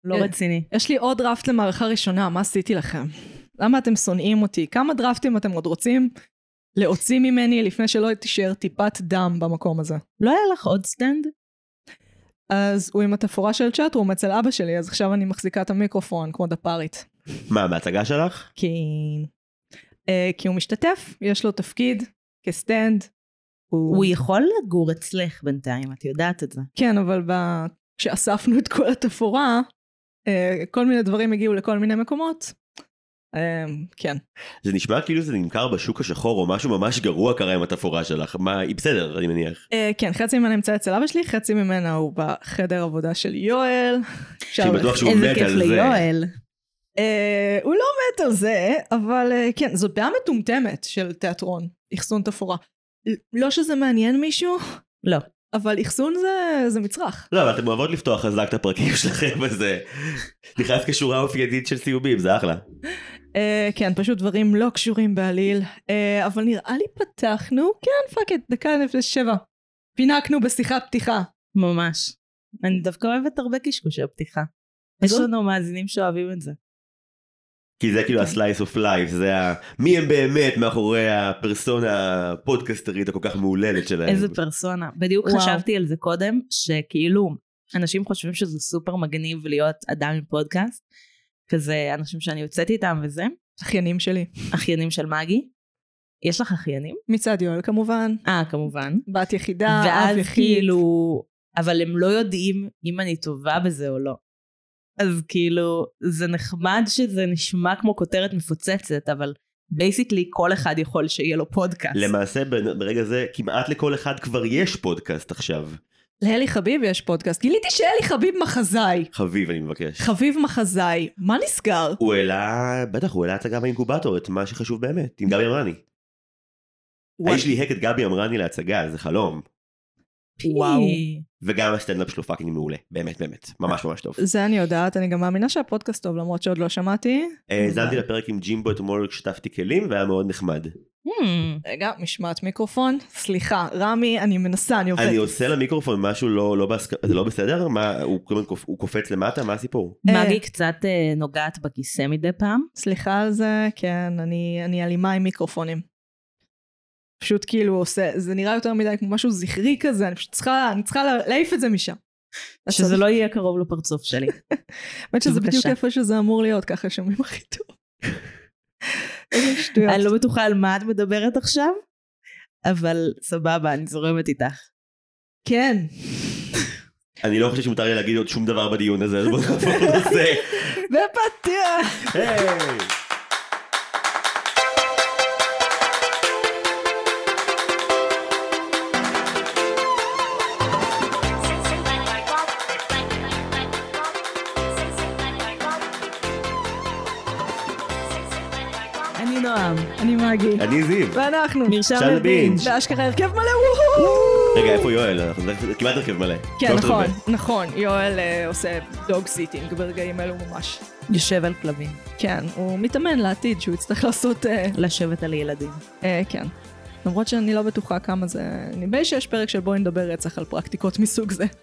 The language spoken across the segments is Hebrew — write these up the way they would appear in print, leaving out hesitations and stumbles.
לא רציני. יש לי עוד דראפט למערכה ראשונה, מה עשיתי לכם? למה אתם שונאים אותי? כמה דראפטים אתם עוד רוצים להוציא ממני לפני שלא תישאר טיפת דם במקום הזה? לא היה לך עוד סטנד? אז הוא עם התפורה של צ'אטרום אצל אבא שלי, אז עכשיו אני מחזיקה את המיקרופון כמו דפרית. מה, מהצגה שלך? כי הוא משתתף, יש לו תפקיד כסטנד. הוא יכול לגור אצלך בינתיים, את יודעת את זה. כן, אבל כשאספנו את כל התפורה, כל מיני דברים הגיעו לכל מיני מקומות. כן. זה נשמע כאילו זה נמכר בשוק השחור, או משהו ממש גרוע קרה עם התפורה שלך. מה, היא בסדר, אני מניח. כן, חצי ממנה נמצא אצל אבא שלי, חצי ממנה הוא בחדר עבודה של יואל. שאני בטוח שהוא מת על זה. איזה כיף ליואל. הוא לא מת על זה, אבל כן, זו בעיה מטומטמת של תיאטרון, אחסון תפורה. לא שזה מעניין מישהו, לא. אבל אחסון זה מצרך. לא, אבל אתם אוהבות לפתוח חזק את הפרקים שלכם, וזה נכנס כשורה אופיינית של סיומים, זה אחלה. כן, פשוט דברים לא קשורים בעליל, אבל נראה לי פתחנו, כן, פאק את, דקה 07. פינקנו בשיחת פתיחה. ממש. אני דווקא אוהבת הרבה קשקושי הפתיחה. יש לנו מאזינים שאוהבים את זה. כי זה כאילו ה-slice of life, זה מי הם באמת מאחורי הפרסונה הפודקסטרית הכל כך מעוללת שלהם. איזה פרסונה. בדיוק חשבתי על זה קודם, שכאילו אנשים חושבים שזה סופר מגניב להיות אדם עם פודקאסט, כזה אנשים שאני יוצאת איתם וזה. אחיינים שלי. אחיינים של מגי. יש לך אחיינים? מצד יואל כמובן. כמובן. בת יחידה, ואז אב יחיד. כאילו, אבל הם לא יודעים אם אני טובה בזה או לא. אז כאילו, זה נחמד שזה נשמע כמו כותרת מפוצצת, אבל בייסיקלי כל אחד יכול שיהיה לו פודקאסט. למעשה ברגע זה כמעט לכל אחד כבר יש פודקאסט עכשיו. לאלי חביב יש פודקאסט. גיליתי שאלי חביב מחזאי. חביב אני מבקש. חביב מחזאי. מה נסגר? הוא העלה, בטח הוא העלה הצגה באינקובטור, את מה שחשוב באמת, עם גבי אמרני. האיש ליהק את גבי אמרני להצגה, זה חלום. וואו. וגם הסטנדאפ שלו פאקינג מעולה, באמת באמת, ממש ממש טוב. זה אני יודעת, אני גם מאמינה שהפודקאסט טוב, למרות שעוד לא שמעתי. זנתי לפרק עם ג'ימבו אתמול כשטפתי כלים, והיה מאוד נחמד. רגע, משמעת מיקרופון, סליחה, רמי, אני מנסה, אני עובדת. אני עושה למיקרופון משהו זה לא בסדר? הוא קופץ למטה, מה הסיפור? מגי קצת נוגעת בכיסא מדי פעם. סליחה על זה, כן, אני אלימה עם מיקרופונים. פשוט כאילו עושה, זה נראה יותר מדי כמו משהו זכרי כזה, אני פשוט צריכה להעיף את זה משם. שזה לא יהיה קרוב לפרצוף שלי. באמת שזה בדיוק איפה שזה אמור להיות, ככה שומעים הכי טוב. אני לא בטוחה על מה את מדברת עכשיו, אבל סבבה, אני זורמת איתך. כן. אני לא חושב שמותר לי להגיד עוד שום דבר בדיון הזה, אז בוא נעבור לזה. בפתיח! היי! אני נועם. אני מגי. אני זיו. ואנחנו. מרשם לבינג'. ואשכרה הרכב מלא, וואו! רגע, איפה יואל? זה כמעט הרכב מלא. כן, נכון. יואל עושה דוג סיטינג ברגעים אלו ממש. יושב על כלבים. כן, הוא מתאמן לעתיד שהוא יצטרך לעשות... לשבת על ילדים. כן. למרות שאני לא בטוחה כמה זה... נדמה שיש פרק של בואי נדבר רצח על פרקטיקות מסוג זה.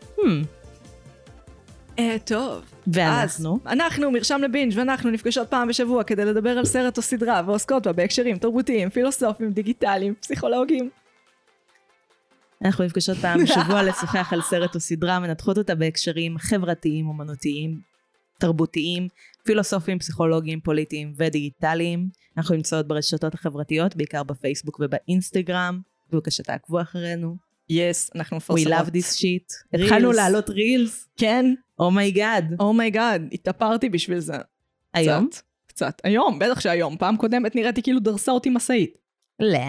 טוב. ואנחנו? אנחנו מרשם לבינג' ואנחנו נפגשות פעם בשבוע כדי לדבר על סרט או סדרה ועוסקות בה בהקשרים תרבותיים, פילוסופיים, דיגיטליים, פסיכולוגיים. אנחנו נפגשות פעם בשבוע לשוחח על סרט או סדרה, מנתחות אותה בהקשרים חברתיים, אומנותיים, תרבותיים, פילוסופיים, פסיכולוגיים, פוליטיים ודיגיטליים. אנחנו נמצאות ברשתות החברתיות, בעיקר בפייסבוק ובאינסטגרם, בבקשה תעקבו אחרינו. Yes, אנחנו מפרסמות. We love this shit. התחלנו לעלות רילס. כן. אומייגאד. התאפרתי בשביל זה. היום? קצת. היום, בטח שהיום. פעם קודמת נראיתי כאילו דרסה אותי מסעית. לא.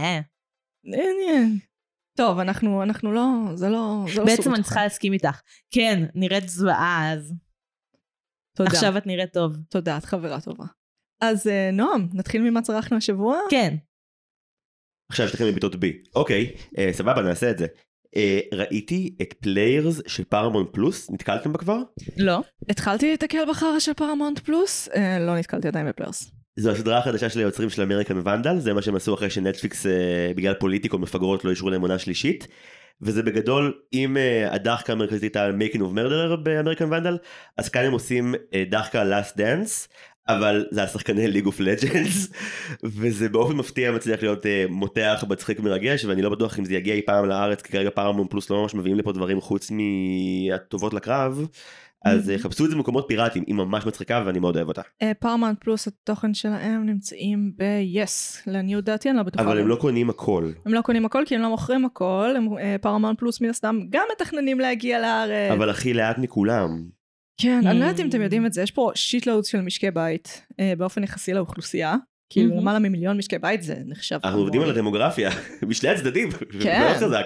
טוב, אנחנו לא, זה לא בעצם אני צריכה להסכים איתך. כן, נראית זוועה אז. תודה. עכשיו את נראית טוב. תודה, את חברה טובה. אז נועם, נתחיל ממה צרכנו השבוע? כן. עכשיו יש לכם מביטות בי. אוקיי, סבבה, נעשה את זה. ראיתי את פליירס של פארמונט פלוס, נתקלתם בה כבר? לא. התחלתי להתקל בחרא של פארמונט פלוס, לא נתקלתי עדיין בפליירס. זו הסדרה החדשה של היוצרים של אמריקן ונדל, זה מה שהם עשו אחרי שנטפליקס בגלל פוליטיקות מפגרות לא אישרו להם עונה שלישית, וזה בגדול, אם הדחקה המרכזית על Making of Murderer באמריקן ונדל, אז כאן הם עושים דחקה Last Dance, אבל זה השחקני ליג אוף לג'נדס, וזה באופן מפתיע מצליח להיות מותח, מצחיק מרגש, ואני לא בטוח אם זה יגיע אי פעם לארץ, כי כרגע פארמונט פלוס לא ממש מביאים לפה דברים חוץ מהטובות לקרב, אז חפשו את זה במקומות פיראטיים, היא ממש מצחיקה ואני מאוד אוהב אותה. פארמונט פלוס התוכן שלהם נמצאים ב-yes, לעניות דעתי אני לא בטוחה. אבל הם לא קונים הכל. הם לא קונים הכל כי הם לא מוכרים הכל, פארמונט פלוס מן הסתם גם מתכננים להגיע לארץ. אבל הכי לאט מכולם. כן, אני לא יודעת אם אתם יודעים את זה, יש פה שיטלוד של משקי בית, באופן יחסי לאוכלוסייה, כאילו למעלה ממיליון משקי בית זה נחשב. אנחנו עובדים על הדמוגרפיה, בשני הצדדים, מאוד חזק.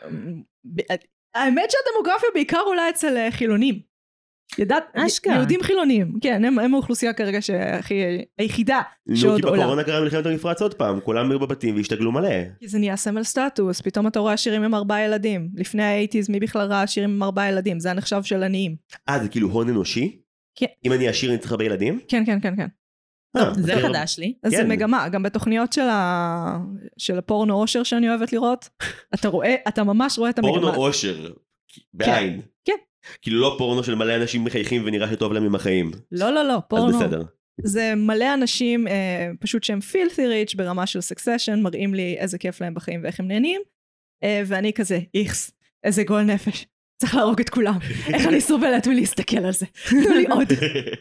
האמת שהדמוגרפיה בעיקר עולה אצל חילונים. ידעת, יהודים חילונים, כן, הם האוכלוסייה כרגע היחידה שעוד עולה. כי בקורונה קרה מלחמת המפרץ עוד פעם, כולם היו בבתים והשתגלו מלא. כי זה נהיה סמל סטטוס, פתאום אתה רואה עשירים עם 4 ילדים. לפני ה-80s מי בכלל ראה עשירים עם 4 ילדים? זה הנחשב של עניים. זה כאילו הון אנושי? כן. אם אני עשיר אני צריך הרבה ילדים? כן, כן, כן, כן. זה חדש לי. אז זה מגמה, גם בתוכניות של הפורנו אושר שאני אוהבת לראות, אתה ממש רואה את המגמה. פורנו אושר, בעין. כן. כאילו לא פורנו של מלא אנשים מחייכים ונראה שטוב להם עם החיים. לא, פורנו. אז בסדר. זה מלא אנשים פשוט שהם filthy rich ברמה של succession, מראים לי איזה כיף להם בחיים ואיך הם נהנים, ואני כזה, איכס, איזה גול נפש, צריך להרוג את כולם, איך אני סובלת מלהסתכל על זה, תנו לי עוד.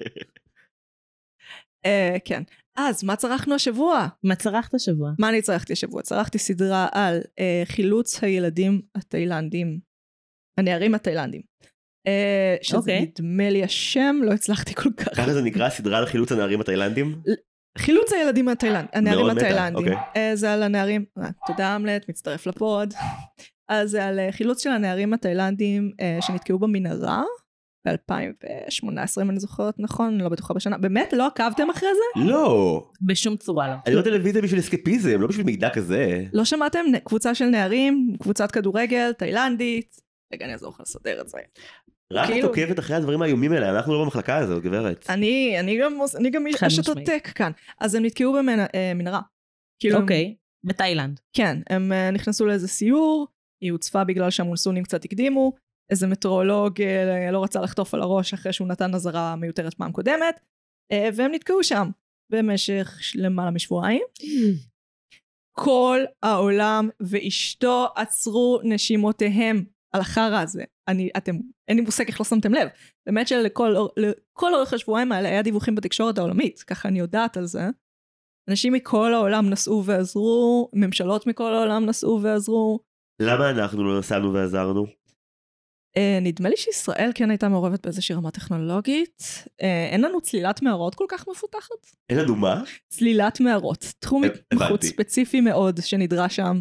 כן, אז מה צרכנו השבוע? מה צרכת השבוע? מה אני צרכתי השבוע? צרכתי סדרה על חילוץ הילדים התאילנדים, הנערים התאילנדים. שזה נדמה לי השם, לא הצלחתי כל כך. ככה זה נקרא סדרה על חילוץ הנערים התאילנדים? חילוץ הילדים הנערים התאילנדים. זה על הנערים, תודה אמלט, מצטרף לפוד. אז זה על חילוץ של הנערים התאילנדים שנתקעו במנהרה, ב-2018 אם אני זוכרת נכון, לא בטוחה בשנה. באמת? לא עקבתם אחרי זה? לא. בשום צורה לא. אני רואה טלוויזיה בשביל אסקפיזם, לא בשביל מידע כזה. לא שמעתם? קבוצה של נערים, קבוצת כדורגל, תאילנדית. רגע, אני אעזור לך לסדר את זה. רק את עוקבת אחרי הדברים האיומים האלה, אנחנו לא במחלקה הזאת, גברת. אני גם אשת הטק כאן. אז הם נתקעו במנהרה. אוקיי, בתאילנד. כן, הם נכנסו לאיזה סיור, היא הוצפה בגלל שהמונסונים קצת הקדימו, איזה מטרולוג לא רצה לחטוף על הראש אחרי שהוא נתן נזרה מיותרת פעם קודמת, והם נתקעו שם במשך למעלה משבועיים. כל העולם ואשתו עצרו נשימותיהם על החרא הזה. אין לי מושג איך לא שמתם לב. באמת שלכל אורך השבועיים האלה היה דיווחים בתקשורת העולמית, ככה אני יודעת על זה. אנשים מכל העולם נסעו ועזרו, ממשלות מכל העולם נסעו ועזרו. למה אנחנו לא נסענו ועזרנו? נדמה לי שישראל כן הייתה מעורבת באיזושהי רמה טכנולוגית. אין לנו צלילת מערות כל כך מפותחת. אין לנו מה? צלילת מערות. תחום חוץ ספציפי מאוד שנדרש שם.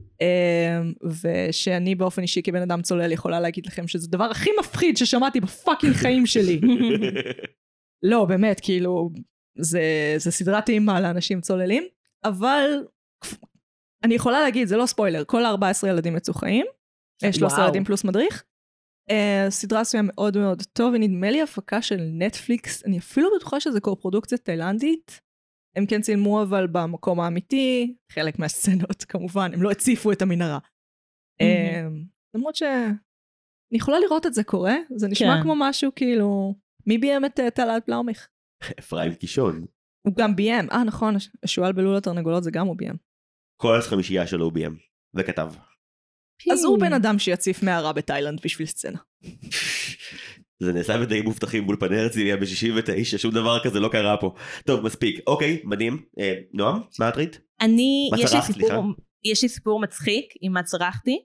ושאני באופן אישי כבן אדם צולל יכולה להגיד לכם שזה הדבר הכי מפחיד ששמעתי בפאקינג חיים שלי. לא, באמת, כאילו, זה סדרת טעימה לאנשים צוללים. אבל אני יכולה להגיד, זה לא ספוילר, כל 14 ילדים יצאו חיים. 13 ילדים פלוס מדריך. סדרה עשויה מאוד מאוד טוב, ונדמה לי הפקה של נטפליקס, אני אפילו בטוחה שזה קורפרודוקציה תאילנדית, הם כן צילמו אבל במקום האמיתי, חלק מהסצנות כמובן, הם לא הציפו את המנהרה. למרות שאני יכולה לראות את זה קורה, זה נשמע כמו משהו כאילו, מי ביים את טלת בלאומיך? אפרים קישון. הוא גם ביים, נכון, השואל בלול התרנגולות זה גם הוא ביים. כל החמישייה שלו הוא ביים, וכתב. אז הוא בן אדם שיציף מערה בתאילנד בשביל סצנה. זה נעשה בדי מובטחים מול פני הרצליה ב-69, שום דבר כזה לא קרה פה. טוב, מספיק. אוקיי, מדהים. נועם, מה את ראית? יש לי סיפור מצחיק עם מה צרכתי.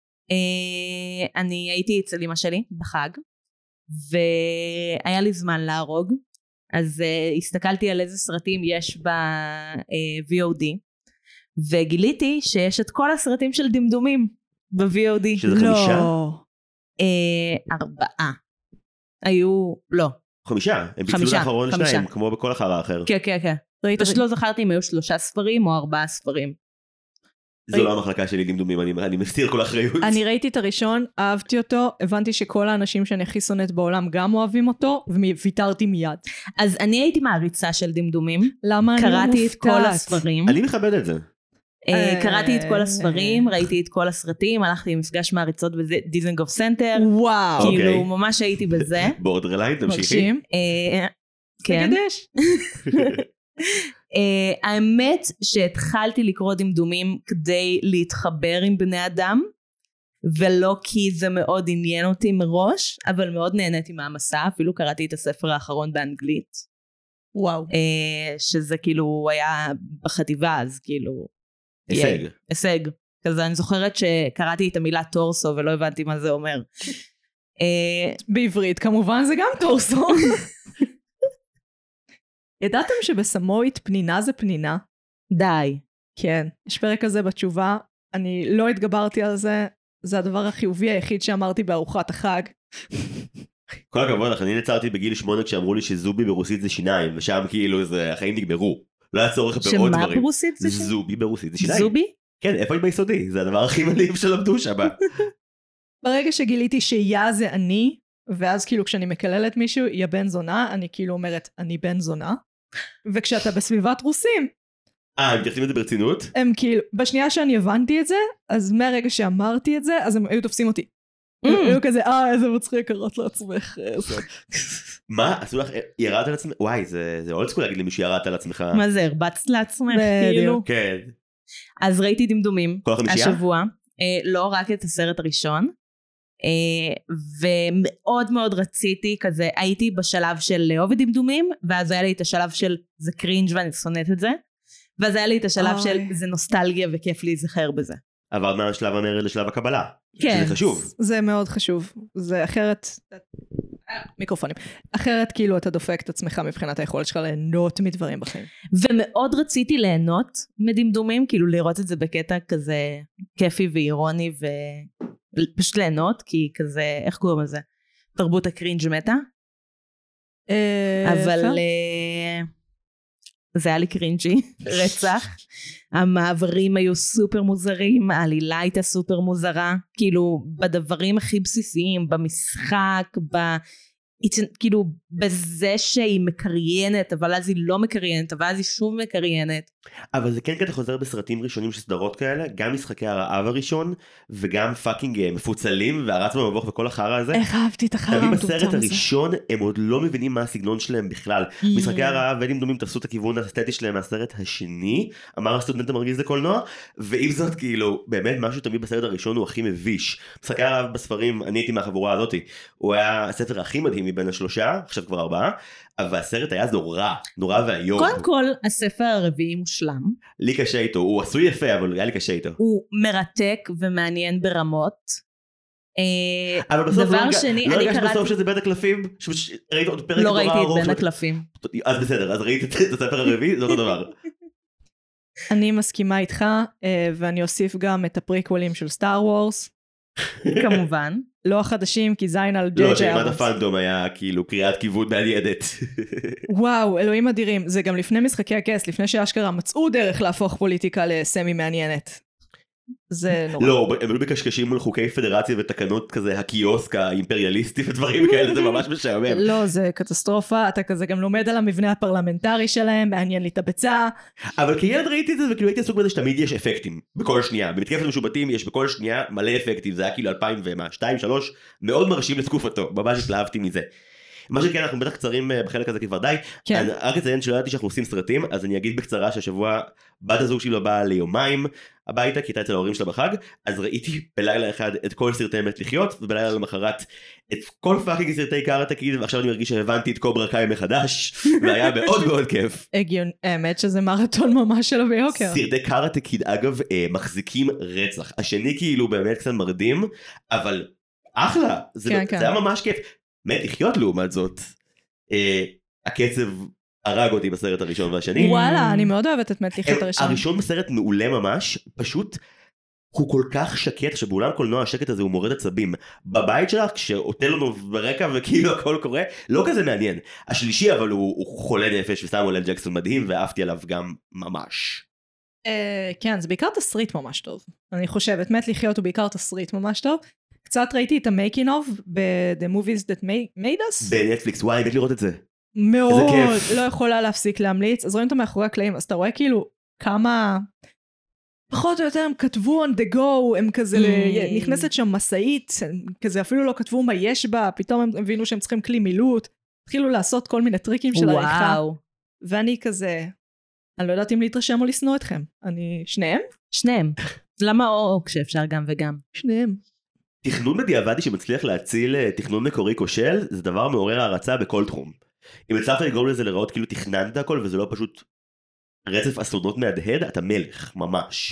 אני הייתי אצל אמא שלי בחג, והיה לי זמן להרוג, אז הסתכלתי על איזה סרטים יש ב-VOD, וגיליתי שיש את כל הסרטים של דמדומים ב-VOD. שזה 5? 4. היו, לא. 5, הם פיצלו לאחרון 2, כמו בכל אחר האחר. כן, כן, כן. פשוט לא זכרתי אם היו 3 ספרים או 4 ספרים. זו לא המחלקה שלי דמדומים, אני מסתיר כל אחריות. אני ראיתי את הראשון, אהבתי אותו, הבנתי שכל האנשים שאני הכי שונאת בעולם גם אוהבים אותו, וויתרתי מיד. אז אני הייתי מעריצה של דמדומים. למה אני לא מופתעת? קראתי את כל הספרים. אני מכבד את זה. קראתי את כל הספרים, ראיתי את כל הסרטים, הלכתי למפגש מעריצות בדיזנגוף סנטר. וואו. כאילו, ממש הייתי בזה. בורדרליין, תמשיכי. מרשים. כן. תגדש. האמת שהתחלתי לקרוא דמדומים כדי להתחבר עם בני אדם, ולא כי זה מאוד עניין אותי מראש, אבל מאוד נהניתי מהמסע, אפילו קראתי את הספר האחרון באנגלית. וואו. שזה כאילו היה בחטיבה, אז כאילו... הישג. הישג. כזה אני זוכרת שקראתי את המילה טורסו ולא הבנתי מה זה אומר. בעברית כמובן זה גם טורסו. ידעתם שבסמואית פנינה זה פנינה? די. כן, יש פרק כזה בתשובה, אני לא התגברתי על זה, זה הדבר החיובי היחיד שאמרתי בארוחת החג. כל הכבוד לך, אני נצרתי בגיל 8 כשאמרו לי שזובי ברוסית זה שיניים, ושם כאילו החיים נגמרו. לא היה צורך בעוד דברים. שמה ברוסית זה שיניים? זובי ברוסית זה שיניים. זובי? כן, איפה היא ביסודי? זה הדבר הכי מדהים שלמדו שם. ברגע שגיליתי שיה זה אני, ואז כאילו כשאני מקללת מישהו, יא בן זונה, אני כאילו אומרת, אני בן זונה. וכשאתה בסביבת רוסים, הם מתייחסים את זה ברצינות? הם כאילו, בשנייה שאני הבנתי את זה, אז מהרגע שאמרתי את זה, אז הם היו תופסים אותי. הם היו כזה, איזה מצחיק, קראת לעצמך. מה? עשו לך, ירדת על עצמך? וואי, זה אולד סקול להגיד למישהו ירדת על עצמך. מה זה, הרבצת לעצמך? כאילו? כן. אז ראיתי דמדומים. כל החמישייה? השבוע. לא רק את הסרט הראשון. ומאוד מאוד רציתי כזה, הייתי בשלב של לאהוב את דמדומים, ואז היה לי את השלב של זה קרינג' ואני שונאת את זה, ואז היה לי את השלב של זה נוסטלגיה וכיף להיזכר בזה. עברת מהשלב המרד לשלב הקבלה. כן. שזה חשוב. זה מאוד חשוב. זה אחרת, מיקרופונים. אחרת כאילו אתה דופק את עצמך מבחינת היכולת שלך ליהנות מדברים בחיים. ומאוד רציתי ליהנות מדמדומים, כאילו לראות את זה בקטע כזה כיפי ואירוני ופשוט ליהנות, כי כזה, איך קוראים לזה? תרבות הקרינג' מתה. אבל זה היה לי קרינג'י, רצח. המעברים היו סופר מוזרים, העלילה הייתה סופר מוזרה, כאילו בדברים הכי בסיסיים, במשחק, כאילו בזה שהיא מקריינת, אבל אז היא לא מקריינת, אבל אז היא שוב מקריינת. אבל זה כן כדי חוזר בסרטים ראשונים של סדרות כאלה, גם משחקי הרעב הראשון, וגם פאקינג מפוצלים, והרץ במבוך וכל החרא הזה. איך אהבתי את החרא המטומטם הזה. בסרט הראשון הם עוד לא מבינים מה הסגנון שלהם בכלל. משחקי הרעב ודמדומים תפסו את הכיוון האסתטי שלהם מהסרט השני, אמר הסטודנט המרגיז לקולנוע, ועם זאת כאילו, באמת משהו תמיד בסרט הראשון הוא הכי מביש. משחקי הרעב בספרים, אני הייתי מהחבורה הזאת, הוא היה הספר הכי מדהים מבין השלושה, עכשיו כבר 4, אבל הסרט היה נורא והיום. קודם כל, הספר הרביעי מושלם. לי קשה איתו, הוא עשוי יפה, אבל היה לי קשה איתו. הוא מרתק ומעניין ברמות. אבל בסוף דבר שני, לא אני הרגשת קראתי... בסוף שזה בין הקלפים? ראית עוד פרק לא ראיתי ארוך את בין הקלפים. אז בסדר, אז ראית את הספר הרביעי, זה אותו דבר. אני מסכימה איתך, ואני אוסיף גם את הפריקוולים של סטאר וורס. כמובן. לא החדשים, כי זין על ג'יי לא, ג'יי שאימת הפנטום היה כאילו קריאת כיוון מעניינת. וואו, אלוהים אדירים. זה גם לפני משחקי הכס, לפני שאשכרה מצאו דרך להפוך פוליטיקה לסמי מעניינת. זה נורא. לא, הם היו בקשקשים על חוקי פדרציה ותקנות כזה, הקיוסק האימפריאליסטי ודברים כאלה, זה ממש משעמם. לא, זה קטסטרופה, אתה כזה גם לומד על המבנה הפרלמנטרי שלהם, מעניין לי את הביצה. אבל כילד ראיתי את זה, וכאילו הייתי עסוק בזה שתמיד יש אפקטים, בכל שנייה. במתקפת המשובטים יש בכל שנייה מלא אפקטים, זה היה כאילו 2002-2003, מאוד מרשים לתקופתו, ממש התלהבתי מזה. מה שכן, אנחנו בטח קצרים בחלק הזה כבר די. כן. אני רק אציין שלא ידעתי שאנחנו עושים סרטים, אז אני אגיד בקצרה שהשבוע בת הזוג שלי לא באה ליומיים הביתה, כי הייתה אצל ההורים שלה בחג, אז ראיתי בלילה אחד את כל סרטי מת לחיות, ובלילה למחרת את כל פאקינג סרטי קארטה קיד, ועכשיו אני מרגיש שהבנתי את קוברה קאי מחדש, והיה מאוד מאוד כיף. האמת שזה מרתון ממש שלו ביוקר. סרטי קארטה קיד אגב מחזיקים רצח, השני כאילו באמת קצת מרדים, אבל אחלה, זה היה ממש כיף. מת לחיות לעומת זאת, הקצב הרג אותי בסרט הראשון והשני. וואלה, אני מאוד אוהבת את מת לחיות הראשון. הראשון בסרט מעולה ממש, פשוט הוא כל כך שקט, שבאולם קולנוע השקט הזה הוא מורד עצבים. בבית שלך, כשאוטל לנו ברקע וכאילו הכל קורה, לא כזה מעניין. השלישי אבל הוא חולה נפש, וסמואל אל ג'קסון מדהים, ואהבתי עליו גם ממש. כן, זה בעיקר תסריט ממש טוב. אני חושבת, מת לחיות הוא בעיקר תסריט ממש טוב. קצת ראיתי את ה-making of ב-The Movies That Made Us. בנטפליקס, וואי, מת לראות את זה. מאוד, לא יכולה להפסיק להמליץ. אז רואים אותה מאחורי הקלעים, אז אתה רואה כאילו כמה פחות או יותר הם כתבו on the go, הם כזה, נכנסת שם מסעית, כזה אפילו לא כתבו מה יש בה, פתאום הם הבינו שהם צריכים כלי מילוט, התחילו לעשות כל מיני טריקים של עריכה, ואני כזה, אני לא יודעת אם להתרשם או לשנוא אתכם, אני, שניהם. למה או כשאפשר גם וגם? שניהם. תכנון בדיעבדי שמצליח להציל תכנון מקורי כושל, זה דבר מעורר הערצה בכל תחום. אם הצלחת לגרום לזה לראות כאילו תכננת הכל, וזה לא פשוט רצף אסונות מהדהד, אתה מלך, ממש.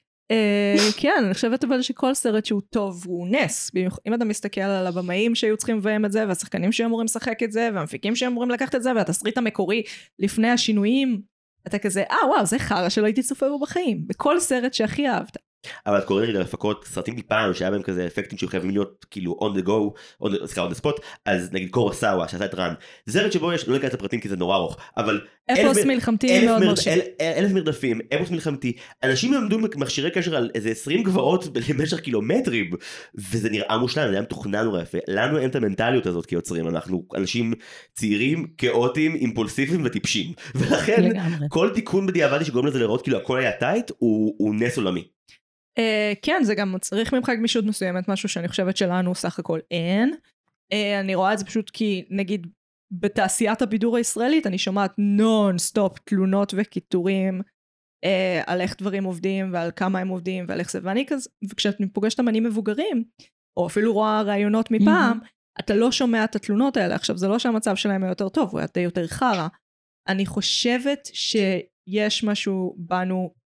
כן, אני חושבת אבל שכל סרט שהוא טוב הוא נס. אם אתה מסתכל על הבמאים שהיו צריכים לביים את זה, והשחקנים שאמורים לשחק את זה, והמפיקים שאמורים לקחת את זה, והתסריט המקורי לפני השינויים, אתה כזה, וואו, זה חרא שלא הייתי צופה בו בחיים. בכל סרט שהכי אהבת. אבל את קוראים רגע לפקות סרטים מפעם שהיה בהם כזה אפקטים שחייבים להיות כאילו on the go, on the spot, אז נגיד קורוסאווה שעשה את רן, זה סרט שבו יש, לא נקרא את הפרטים כי זה נורא ארוך, אבל אפוס מלחמתי מאוד מרשים. 1000 מרדפים, אפוס מלחמתי, אנשים עמדו מכשירי קשר על איזה 20 גבעות למשך קילומטרים, וזה נראה מושלם, זה היה מתוכנן נורא יפה, לנו אין את המנטליות הזאת כיוצרים, אנחנו אנשים צעירים, כאוטיים, אימפולסיביים וטיפשים, ולכן כל תיקון בדיעבדי שגורם לזה לראות כאילו הכל היה טייט, הוא נס עולמי. כן, זה גם צריך ממך גמישות מסוימת, משהו שאני חושבת שלנו סך הכל אין. אני רואה את זה פשוט כי, נגיד, בתעשיית הבידור הישראלית, אני שומעת נון-סטופ תלונות וקיטורים על איך דברים עובדים, ועל כמה הם עובדים, ועל איך זה, ואני כזה, וכשאני פוגשת אמנים מבוגרים, או אפילו רואה רעיונות מפעם, אתה לא שומע את התלונות האלה. עכשיו, זה לא שהמצב שלהם היה יותר טוב, הוא היה יותר חרא. אני חושבת שיש משהו בנו,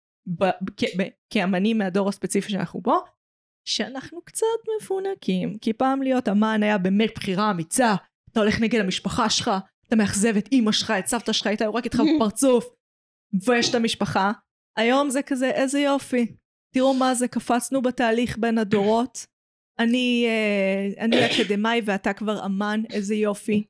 כאמנים מהדור הספציפי שאנחנו בו, שאנחנו קצת מפונקים, כי פעם להיות אמן היה באמת בחירה אמיצה, אתה הולך נגד המשפחה שלך, אתה מאכזב את אמא שלך, את סבתא שלך, אתה יורק איתך בפרצוף, ויש את המשפחה. היום זה כזה, איזה יופי, תראו מה זה, קפצנו בתהליך בין הדורות, אני אקדמאי ואתה כבר אמן, איזה יופי.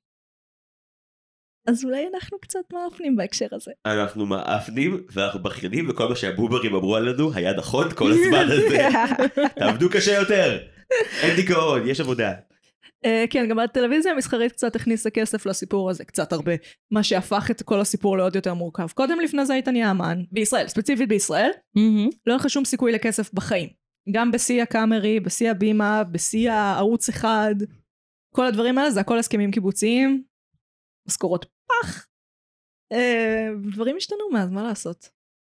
אז אולי אנחנו קצת מאפנים בהקשר הזה. אנחנו מאפנים ואנחנו בכיינים, וכל מה שהבוברים אמרו עלינו היה נכון כל הזמן הזה. תעבדו קשה יותר. אין דיכאון, יש עבודה. כן, גם הטלוויזיה המסחרית קצת הכניסה כסף לסיפור הזה, קצת הרבה. מה שהפך את כל הסיפור לעוד יותר מורכב. קודם לפני זה היית נהיה אמן, בישראל, ספציפית בישראל, לא לך שום סיכוי לכסף בחיים. גם בשיא הקאמרי, בשיא הבימה, בשיא הערוץ אחד, כל הדברים האלה זה הכל הסכמים קיבוציים, משכורות פח. דברים השתנו מאז, מה לעשות?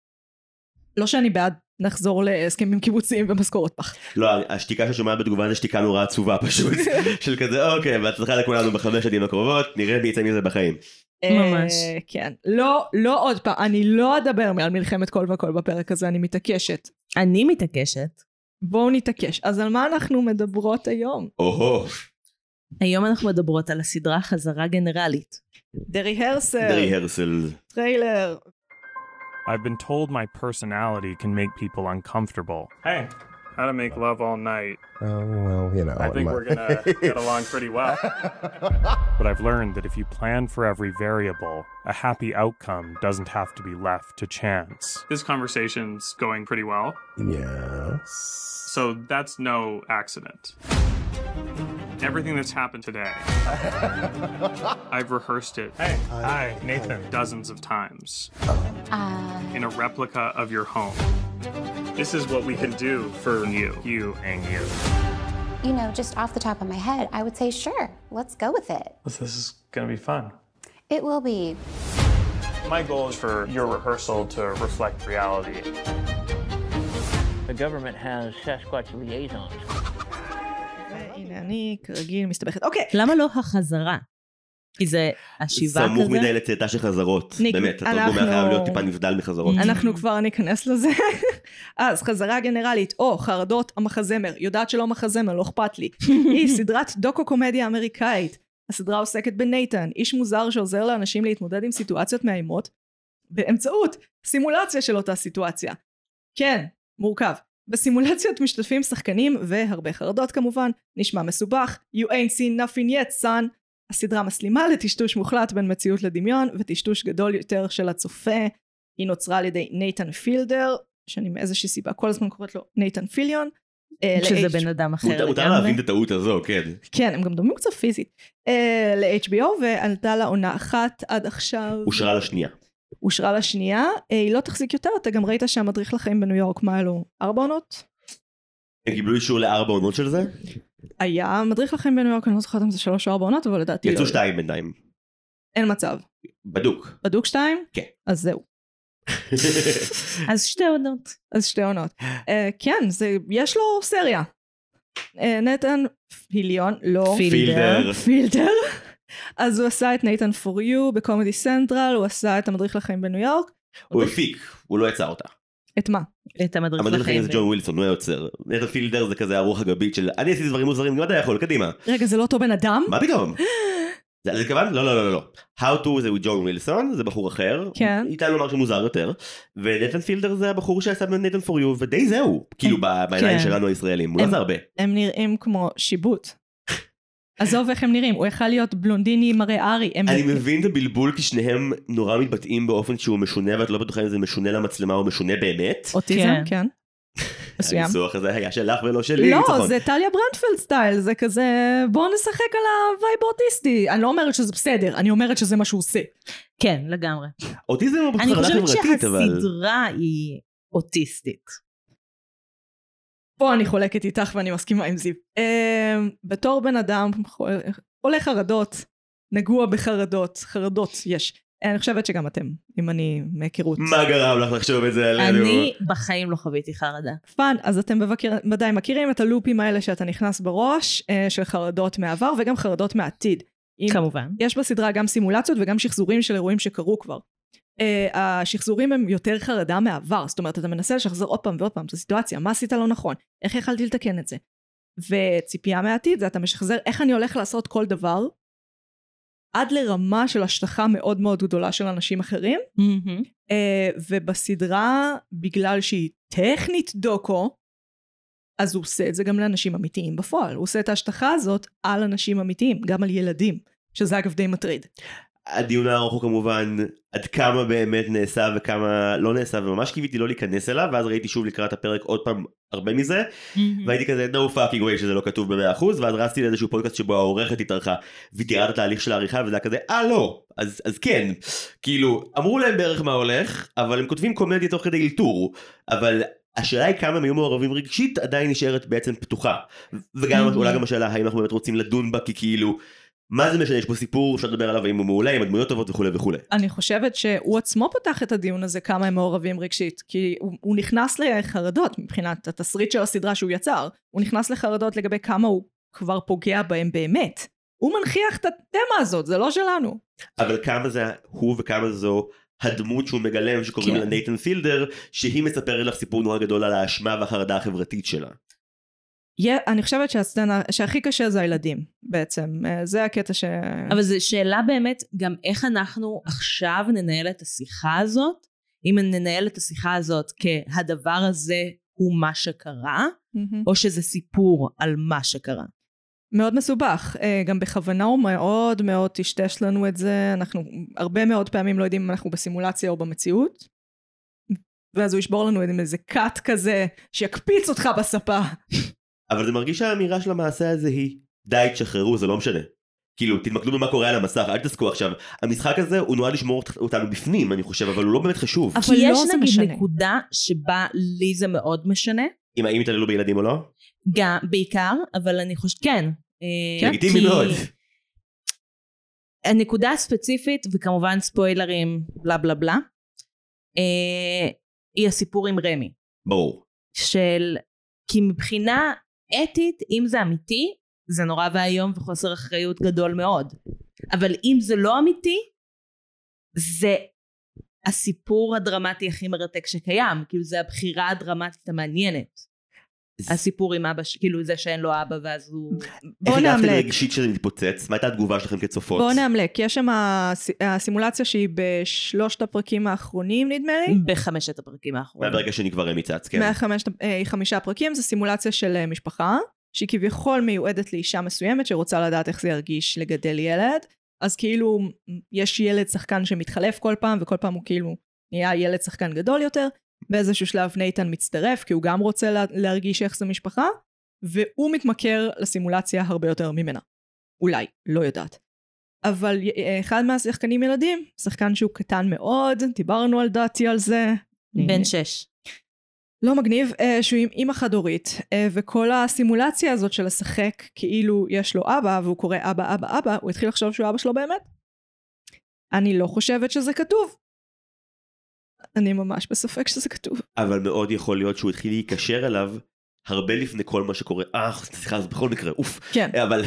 לא שאני בעד נחזור להסכמים קיבוציים ומשכורות פח. לא, השתיקה ששומעת בתגובה זה שתיקה נורא עצובה פשוט. של כזה, אוקיי, והצלחה לכולנו ב5 שנים הקרובות, נראה מי יצא מזה בחיים. ממש. כן. לא עוד פעם, אני לא אדבר על מלחמת כל וכל בפרק הזה, אני מתעקשת. אני מתעקשת. בואו נתעקש. אז על מה אנחנו מדברות היום? היום אנחנו מדברות על הסדרה חזרה גנרלית. דרי הרסל. טריילר. I've been told my personality can make people uncomfortable. Hey, how to make love all night. Oh, well, you know. I think we're gonna get along pretty well. But I've learned that if you plan for every variable, a happy outcome doesn't have to be left to chance. This conversation's going pretty well. Yes. So that's no accident. Everything that's happened today, I've rehearsed it. Hey, hi, Nathan. Dozens of times. In a replica of your home. This is what we can do for you and you. You know, just off the top of my head, I would say, sure, let's go with it. This is gonna be fun. It will be. My goal is for your rehearsal to reflect reality. The government has Sasquatch liaisons. הנה אני כרגיל מסתבכת. אוקיי. למה לא החזרה? כי זה השיבה כזה? סמוך מדי לצאתה של חזרות. באמת, התרגום היה חייב להיות טיפה נבדל מחזרות. אנחנו כבר ניכנס לזה. אז חזרה גנרלית, או חרדות המחזמר. יודעת שלא מחזמר, לא אכפת לי. היא סדרת דוקו-קומדיה אמריקאית. הסדרה עוסקת בנייתן, איש מוזר שעוזר לאנשים להתמודד עם סיטואציות מאיימות, באמצעות סימולציה של אותה סיטואציה. כן, מורכב. בסימולציות משתתפים שחקנים והרבה חרדות כמובן, נשמע מסובך, you ain't seen nothing yet son. הסדרה מסלימה לטשטוש מוחלט בין מציאות לדמיון, וטשטוש גדול יותר של הצופה. היא נוצרה על ידי נייתן פילדר, שאני מאיזושהי סיבה כל הזמן קוראת לו נייתן פיליון. שזה בן אדם אחר. מותר להבין את הטעות הזו, כן. כן, הם גם דומים קצת פיזית. ל-HBO, ועלתה לה עונה אחת עד עכשיו. אושרה לשנייה. אושרה לשנייה, היא לא תחזיק יותר, אתה גם ראית שהמדריך לחיים בניו יורק, מה אלו? 4 עונות? הם קיבלו אישור ל4 עונות של זה? היה מדריך לחיים בניו יורק, אני לא זוכרת אם זה 3 או 4 עונות, אבל לדעתי יצאו 2 בינתיים. אין מצב. בדוק. בדוק 2? כן. אז זהו. אז 2 עונות. אז 2 עונות. כן, יש לו סריה. נתן פיליון, לא. פילדר. אז הוא עשה את נייתן פור יו בקומדי סנטרל, הוא עשה את המדריך לחיים בניו יורק. הוא הפיק, הוא לא יצא אותה. את מה? את המדריך לחיים זה ג'ון ווילסון, הוא היוצר. נתן פילדר זה כזה הרוח הגבית של אני עשיתי דברים מוזרים, גם אתה יכול, קדימה. רגע, זה לא אותו בן אדם? מה פתאום? זה כוון? לא. How to זה ג'ון ווילסון, זה בחור אחר. כן. ניתן לומר שמוזר יותר. ונתן פילדר זה הבחור שעשה בנתן פור יו, ודי זהו. כאילו בעיניים שלנו הישראלים, הוא לא זה הרבה. הם נראים כמו שיבוט. עזוב איך הם נראים, הוא יכול להיות בלונדיני מראה ארי. אני מבין את הבלבול כי שניהם נורא מתבטאים באופן שהוא משונה, ואת לא בטוחה אם זה משונה למצלמה או משונה באמת. אוטיזם, כן. מסוים. הניסוח הזה היה שלך ולא שלי. לא, זה טליה ברנדפלד סטייל, זה כזה בוא נשחק על הווייב האוטיסטי. אני לא אומרת שזה בסדר, אני אומרת שזה מה שהוא עושה. כן, לגמרי. אוטיזם הוא חרדה חברתית, אבל... אני חושבת שהסדרה היא אוטיסטית. פה אני חולקת איתך ואני מסכימה עם זיו. בתור בן אדם עולה חרדות, נגוע בחרדות, חרדות יש. אני חושבת שגם אתם, אם אני מהיכרות. מה גרם לך לחשוב את זה עלינו? אני בחיים לא חוויתי חרדה. פן, אז אתם ודאי מכירים את הלופים האלה שאתה נכנס בראש, של חרדות מעבר וגם חרדות מעתיד. כמובן. יש בסדרה גם סימולציות וגם שחזורים של אירועים שקרו כבר. השחזורים הם יותר חרדה מעבר, זאת אומרת אתה מנסה לשחזר עוד פעם ועוד פעם את הסיטואציה, מה עשית לא נכון, איך יכלתי לתקן את זה, וציפייה מעתיד זה אתה משחזר איך אני הולך לעשות כל דבר, עד לרמה של השטחה מאוד מאוד גדולה של אנשים אחרים, ובסדרה בגלל שהיא טכנית דוקו, אז הוא עושה את זה גם לאנשים אמיתיים בפועל, הוא עושה את ההשטחה הזאת על אנשים אמיתיים, גם על ילדים, שזה אגב די מטריד. הדיון הארוך הוא כמובן עד כמה באמת נעשה וכמה לא נעשה, וממש קיוויתי לא להיכנס אליו, ואז ראיתי שוב לקראת הפרק עוד פעם הרבה מזה, והייתי כזה no fucking way שזה לא כתוב ב100%, ואז רצתי לאיזשהו פודקאסט שבו העורכת התארחה, ותראה את התהליך של העריכה, וזה היה כזה לא, אז כן, כאילו אמרו להם בערך מה הולך, אבל הם כותבים קומדיה תוך כדי אלתור, אבל השאלה היא כמה הם היו מעורבים רגשית עדיין נשארת בעצם פתוחה, וגם אולי גם השאלה האם אנחנו באמת רוצים לדון בה, כי כאילו מה זה משנה, יש פה סיפור, אפשר לדבר עליו אם הוא מעולה, עם הדמויות טובות וכו' וכו'. אני חושבת שהוא עצמו פותח את הדיון הזה כמה הם מעורבים רגשית, כי הוא נכנס לחרדות מבחינת התסריט של הסדרה שהוא יצר, הוא נכנס לחרדות לגבי כמה הוא כבר פוגע בהם באמת. הוא מנחיח את התמה הזאת, זה לא שלנו. אבל כמה זה הוא וכמה זו הדמות שהוא מגלם שקוראים לה נייתן פילדר, שהיא מספרת לך סיפור נורא גדול על האשמה והחרדה החברתית שלה. אני חושבת שהסצנה שהכי קשה זה הילדים בעצם, זה הקטע אבל זו שאלה באמת גם איך אנחנו עכשיו ננהל את השיחה הזאת, אם ננהל את השיחה הזאת כהדבר הזה הוא מה שקרה, או שזה סיפור על מה שקרה. מאוד מסובך, גם בכוונה הוא מאוד מאוד תשתש לנו את זה, אנחנו הרבה מאוד פעמים לא יודעים אם אנחנו בסימולציה או במציאות, ואז הוא ישבור לנו עם איזה קאט כזה שיקפיץ אותך בספה. אבל זה מרגיש שהאמירה של המעשה הזה היא די תשחררו, זה לא משנה. כאילו, תתמקדו במה קורה על המסך, אל תסקו עכשיו. המשחק הזה הוא נועד לשמור אותנו בפנים, אני חושב, אבל הוא לא באמת חשוב. אבל יש נגיד נקודה שבה לי זה מאוד משנה. אם התעללו בילדים או לא? גם, בעיקר, אבל אני חושבת, כן. לגיטימי מאוד. הנקודה הספציפית, וכמובן ספוילרים, בלה בלה בלה, היא הסיפור עם רמי. ברור. כי מבחינה אתית, אם זה אמיתי, זה נורא והיום וחוסר אחריות גדול מאוד. אבל אם זה לא אמיתי, זה הסיפור הדרמטי הכי מרתק שקיים. כאילו זה הבחירה הדרמטית המעניינת. הסיפור עם אבא, כאילו זה שאין לו אבא ואז הוא... איך הגעתם לרגשית שזה מתפוצץ? מה הייתה התגובה שלכם כצופות? בואו נעמלק, יש שם הסימולציה שהיא ב3 הפרקים האחרונים נדמה לי? ב5 הפרקים האחרונים. מהברגע שאני כבר מצץ, כן. 5 הפרקים זה סימולציה של משפחה, שהיא כביכול מיועדת לאישה מסוימת שרוצה לדעת איך זה ירגיש לגדל ילד, אז כאילו יש ילד שחקן שמתחלף כל פעם, וכל פעם הוא כאילו נהיה ילד שחקן גדול יותר, באיזשהו שלב נייתן מצטרף, כי הוא גם רוצה להרגיש איך זה משפחה, והוא מתמכר לסימולציה הרבה יותר ממנה. אולי, לא יודעת. אבל אחד מהשחקנים ילדים, שחקן שהוא קטן מאוד, דיברנו על דעתי על זה. בן 6. לא מגניב, שהוא עם אמא חד-הורית, וכל הסימולציה הזאת של לשחק, כאילו יש לו אבא, והוא קורא אבא, אבא, אבא, הוא התחיל לחשוב שהוא אבא שלו באמת. אני לא חושבת שזה כתוב. אני ממש בספק שזה כתוב. אבל מאוד יכול להיות שהוא התחיל להיקשר אליו, הרבה לפני כל מה שקורה. סליחה, זה בכל מקרה, אוף. כן. אבל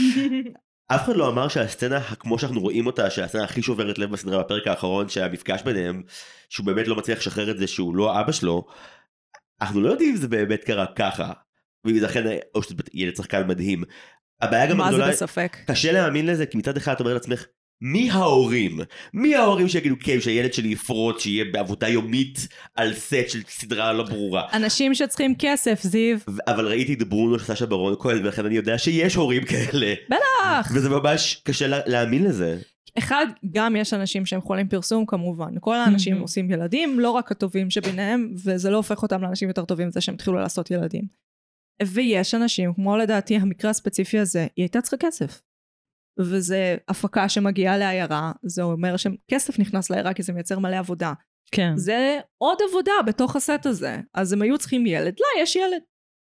אף אחד לא אמר שהסצנה, כמו שאנחנו רואים אותה, שהסצנה הכי שוברת לב בסדרה בפרק האחרון, שהמפגש ביניהם, שהוא באמת לא מצליח לשחרר את זה שהוא לא אבא שלו, אנחנו לא יודעים אם זה באמת קרה ככה. ולכן, או שזה ילד שחקן מדהים. הבעיה גם הגדולה, מה זה בספק? קשה להאמין לזה, כי מצד אחד אתה אומר לעצמך, מי ההורים? מי ההורים שיגידו כן, שהילד שלי יפרוט, שיהיה בעבודה יומית על סט של סדרה לא ברורה? אנשים שצריכים כסף, זיו. אבל ראיתי את ברונו של סשה ברון כהן, ולכן אני יודע שיש הורים כאלה. בטח! וזה ממש קשה להאמין לזה. אחד, גם יש אנשים שהם חולים פרסום כמובן. כל האנשים עושים ילדים, לא רק הטובים שביניהם, וזה לא הופך אותם לאנשים יותר טובים, זה שהם התחילו לעשות ילדים. ויש אנשים, כמו לדעתי המקרה הספציפי הזה, היא הייתה צריכה כסף. וזה הפקה שמגיעה לעיירה, זה אומר שכסף נכנס לעיירה כי זה מייצר מלא עבודה. כן. זה עוד עבודה בתוך הסט הזה. אז הם היו צריכים ילד, לא, יש ילד.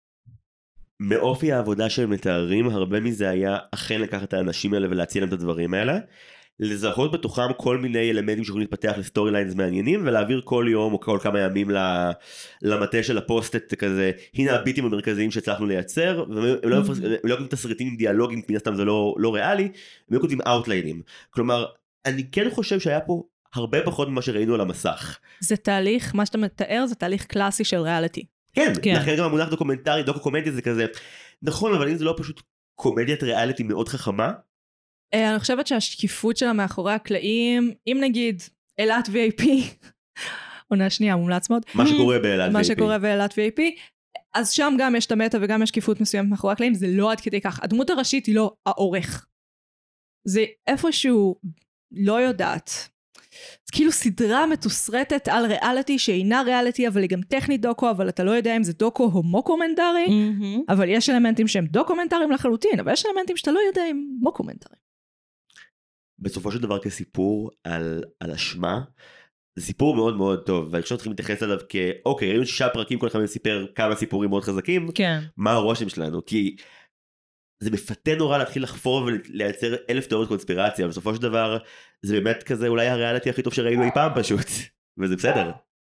מאופי העבודה שהם מתארים, הרבה מזה היה אכן לקחת את האנשים האלה ולהציע להם את הדברים האלה, לזהות בתוכם כל מיני אלמנטים שיכולים להתפתח לסטורי ליינס מעניינים, ולהעביר כל יום או כל כמה ימים למטה של הפוסט כזה, הנה הביטים המרכזיים שהצלחנו לייצר, והם לא כותבים תסריטים עם דיאלוגים, מן הסתם זה לא ריאלי, הם כותבים אאוטליינים. כלומר, אני כן חושב שהיה פה הרבה פחות ממה שראינו על המסך. זה תהליך, מה שאתה מתאר זה תהליך קלאסי של ריאליטי. כן, לכן גם המונח דוקומנטרי, דוקו-קומדיה זה כזה, נכון, אבל אם זה לא פשוט קומדיית ריאליטי מאוד חכמה, אני חושבת שהשקיפות שלה מאחורי הקלעים, אם נגיד אלת VIP, עונה שנייה, מומלץ מאוד. מה שקורה באלת VIP. מה שקורה באלת VIP, אז שם גם יש את המטה וגם יש שקיפות מסוימת מאחורי הקלעים, זה לא עד כדי כך. הדמות הראשית היא לא העורך. זה איפשהו לא יודעת. זה כאילו סדרה מתוסרטת על ריאליטי שאינה ריאליטי, אבל היא גם טכנית דוקו, אבל אתה לא יודע אם זה דוקו הומוקומנטרי, אבל יש אלמנטים שהם דוקומנטריים לחלוטין, אבל יש אלמנטים שאתה לא יודע אם מוקומנטריים. בסופו של דבר כסיפור על אשמה, זה סיפור מאוד מאוד טוב, ואני חושב שצריכים להתייחס עליו כאוקיי, ראינו 6 פרקים, כל אחד מהם סיפר כמה סיפורים מאוד חזקים, כן. מה הרושם שלנו, כי זה מפתה נורא להתחיל לחפור ולייצר 1000 תיאוריות קונספירציה, בסופו של דבר זה באמת כזה אולי הריאליטי הכי טוב שראינו אי פעם פשוט, וזה בסדר.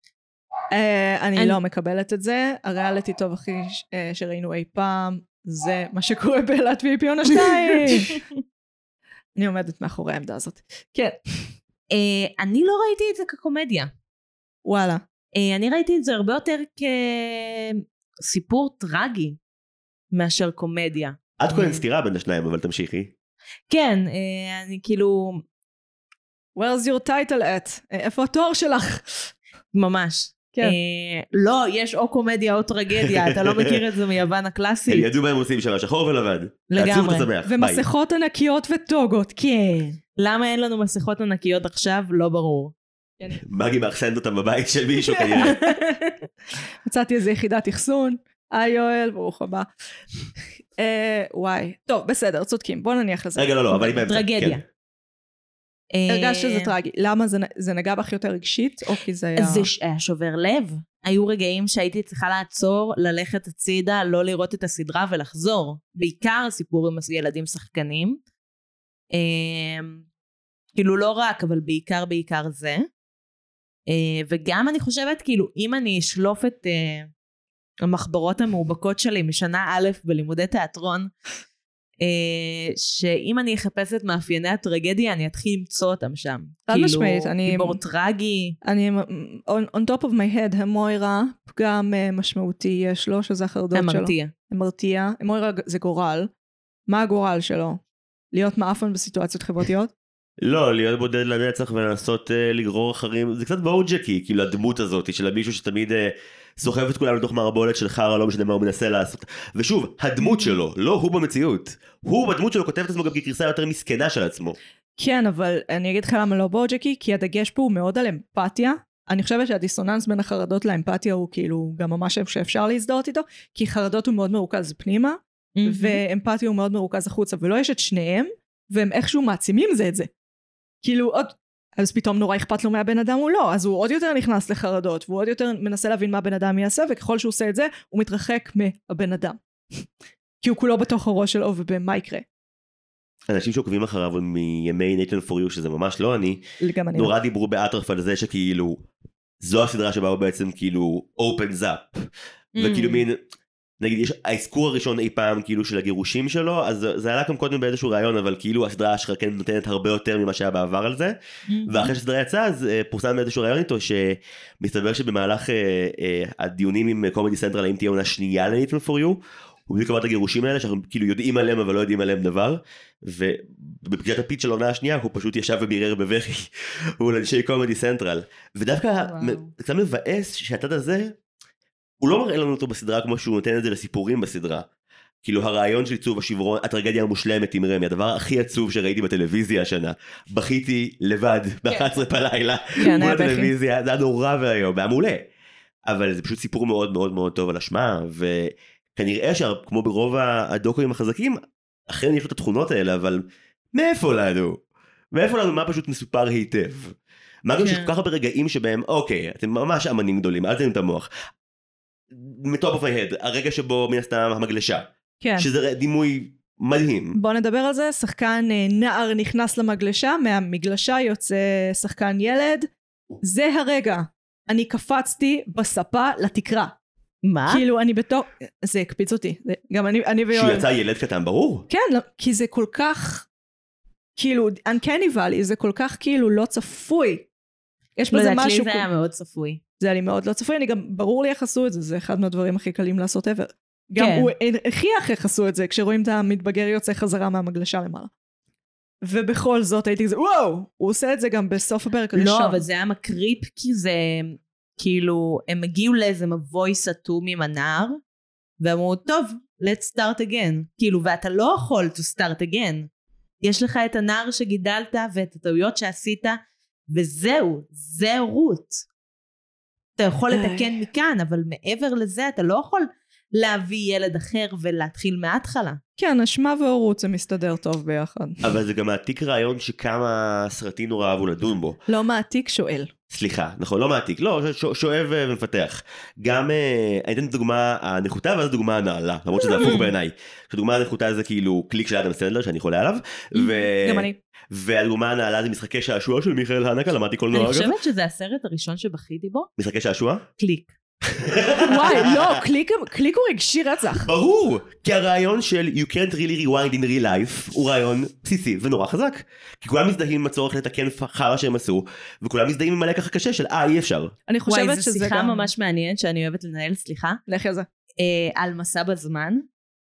אני לא מקבלת את זה, הריאליטי טוב הכי שראינו אי פעם, זה מה שקורה באלת VIP עונה 2. אני עומדת מאחורי העמדה הזאת. כן. אני לא ראיתי את זה כקומדיה. וואלה. אני ראיתי את זה הרבה יותר כסיפור טרגי מאשר קומדיה. עד כה אין סתירה בין השניים, אבל תמשיכי. כן, אני כאילו... Where's your title at? איפה התואר שלך? ממש. כן. לא, יש או קומדיה או טרגדיה, אתה לא מכיר את זה מיוון הקלאסית. הם ידעו מה הם עושים שם, שחור ולבן. לגמרי. ומסכות ענקיות וטוגות. כן. למה אין לנו מסכות ענקיות עכשיו? לא ברור. מגי מאחסנת אותם בבית של מישהו כנראה. מצאתי איזה יחידת אחסון. יואל, ברוך הבא. וואי. טוב, בסדר, צודקים. בוא נניח לזה. רגע, לא, אבל היא באמצע. טרגדיה. הרגש שזה טרגי. למה זה נגע בך יותר רגשית? או כי זה היה... זה היה שובר לב. היו רגעים שהייתי צריכה לעצור, ללכת הצידה, לא לראות את הסדרה ולחזור. בעיקר סיפור עם ילדים שחקנים. כאילו לא רק, אבל בעיקר זה. וגם אני חושבת, כאילו, אם אני אשלוף את המחברות המאובקות שלי משנה א' בלימודי תיאטרון, שאם אני אחפש את מאפייני הטרגדיה, אני אתחיל למצוא אותם שם. כאילו, גיבור טרגי. אני, on top of my head, המוירה, פגם משמעותי יש לו, שזה החרדות שלו. המרתיע. המוירה זה גורל. מה הגורל שלו? להיות מאפן בסיטואציות חברתיות? לא, להיות בודד לנצח ולנסות לגרור אחרים, זה קצת באוג'קי, כאילו הדמות הזאת של מישהו שתמיד סוחב את כולם לתוך מערבולת של חרא, לא משנה מה הוא מנסה לעשות. ושוב, הדמות שלו, לא הוא במציאות. הוא בדמות שלו כותב את עצמו גם כגרסה יותר מסכנה של עצמו. כן, אבל אני אגיד לך למה לא באוג'קי, כי הדגש פה הוא מאוד על אמפתיה. אני חושבת שהדיסוננס בין החרדות לאמפתיה הוא כאילו גם ממש שאפשר להזדהות איתו, כי חרדות הוא מאוד מרוכז פנימה, ואמפתיה הוא מאוד מרוכז החוצה, ולא יש את שניהם, והם איכשהו מעצימים זה את זה. כאילו עוד, אז פתאום נורא אכפת לו מהבן אדם הוא לא, אז הוא עוד יותר נכנס לחרדות, והוא עוד יותר מנסה להבין מה הבן אדם יעשה, וככל שהוא עושה את זה, הוא מתרחק מהבן אדם. כי הוא כולו בתוך הראש שלו ובמה יקרה. אנשים שעוקבים אחריו מימי נייתן פור יו, שזה ממש לא אני, נורא דיברו באטרף על זה שכאילו, זו הסדרה שבה הוא בעצם כאילו opens up, וכאילו מין, נגיד יש האזכור הראשון אי פעם כאילו של הגירושים שלו, אז זה עלה גם קודם באיזשהו רעיון, אבל כאילו הסדרה שלך כן נותנת הרבה יותר ממה שהיה בעבר על זה, ואחרי שהסדרה יצאה אז פורסם באיזשהו רעיון איתו, שמסתבר שבמהלך הדיונים עם קומדי סנטרל, האם תהיה עונה שנייה לנייתן פור יו, הוא בדיוק אמר את הגירושים האלה שאנחנו כאילו יודעים עליהם אבל לא יודעים עליהם דבר, ובפגישת הפיץ של העונה השנייה הוא פשוט ישב ובירר בבכי מול אנשי קומדי סנטרל, ודווקא קצת מבאס שהצד הזה הוא לא מראה לנו אותו בסדרה כמו שהוא נותן את זה לסיפורים בסדרה. כאילו הרעיון של עיצוב השברון, הטרגדיה המושלמת עם רמי, הדבר הכי עצוב שראיתי בטלוויזיה השנה, בכיתי לבד ב-11 בלילה מול הטלוויזיה, זה היה נורא והיום, היה מעולה, אבל זה פשוט סיפור מאוד מאוד מאוד טוב על אשמה, כנראה שכמו ברוב הדוקואים החזקים, אכן יש לו את התכונות האלה, אבל מאיפה לנו? מאיפה לנו מה פשוט מסופר היטב? מה גם שכל כך הרבה רגעים שבהם, אוקיי, אתם ממש אמנים גדולים, אל תנים את המוח. מטופ אוף מי הד, הרגע שבו מן הסתם המגלשה. כן. שזה דימוי מדהים. בוא נדבר על זה, שחקן נער נכנס למגלשה, מהמגלשה יוצא שחקן ילד, זה הרגע. אני קפצתי בספה לתקרה. מה? כאילו אני בתור, זה הקפיץ אותי, גם אני ויואל. שהוא יצא ילד קטן, ברור. כן, כי זה כל כך, כאילו, uncanny valley, זה כל כך כאילו לא צפוי. יש בזה משהו. לי זה היה מאוד צפוי. זה היה לי מאוד לא צפוי, אני גם, ברור לי איך עשו את זה, זה אחד מהדברים הכי קלים לעשות ever. גם הוא הכיח איך עשו את זה, כשרואים את המתבגר יוצא חזרה מהמגלשה למעלה. ובכל זאת הייתי כזה, וואו, הוא עושה את זה גם בסוף הפרק הראשון. לא, אבל זה היה מקריפ, כי זה... כאילו, הם הגיעו לאיזה מבוי סתום עם הנער, ואמרו, טוב, let's start again. כאילו, ואתה לא יכול to start again. יש לך את הנער שגידלת, ואת הטעויות שעשית, וזהו, זה הורות. אתה יכול לתקן מכאן, אבל מעבר לזה, אתה לא יכול להביא ילד אחר, ולהתחיל מההתחלה. כן, אשמה והורות זה מסתדר טוב ביחד. אבל זה גם מעתיק רעיון שכמה סרטים נורא אהבו לדון בו. לא מעתיק, שואל. סליחה, נכון, לא מעתיק, לא, שואב ומפתח. גם, אני אתן את הדוגמה הנחותה, ואז הדוגמה הנעלה, למרות שזה הפוך בעיניי. הדוגמה הנחותה זה כאילו קליק של אדם סנדלר, שאני חולה עליו. גם אני. והדוגמה הנעלה זה משחקי שעשוע של מיכאל הנקה, למדתי קולנוע. אני חושבת שזה הסרט הראשון שבכיתי בו. משחקי שעשוע? קליק. וואי, לא, קליק הוא רגשי רצח. ברור, כי הרעיון של you can't really rewind in real life הוא רעיון בסיסי ונורא חזק. כי כולם מזדהים עם הצורך לתקן חרא שהם עשו, וכולם מזדהים עם הלקח הקשה של אי אפשר. אני חושבת שזה גם... וואי, זו שיחה ממש מעניינת שאני אוהבת לנהל, סליחה. לכי על זה. על מסע בזמן.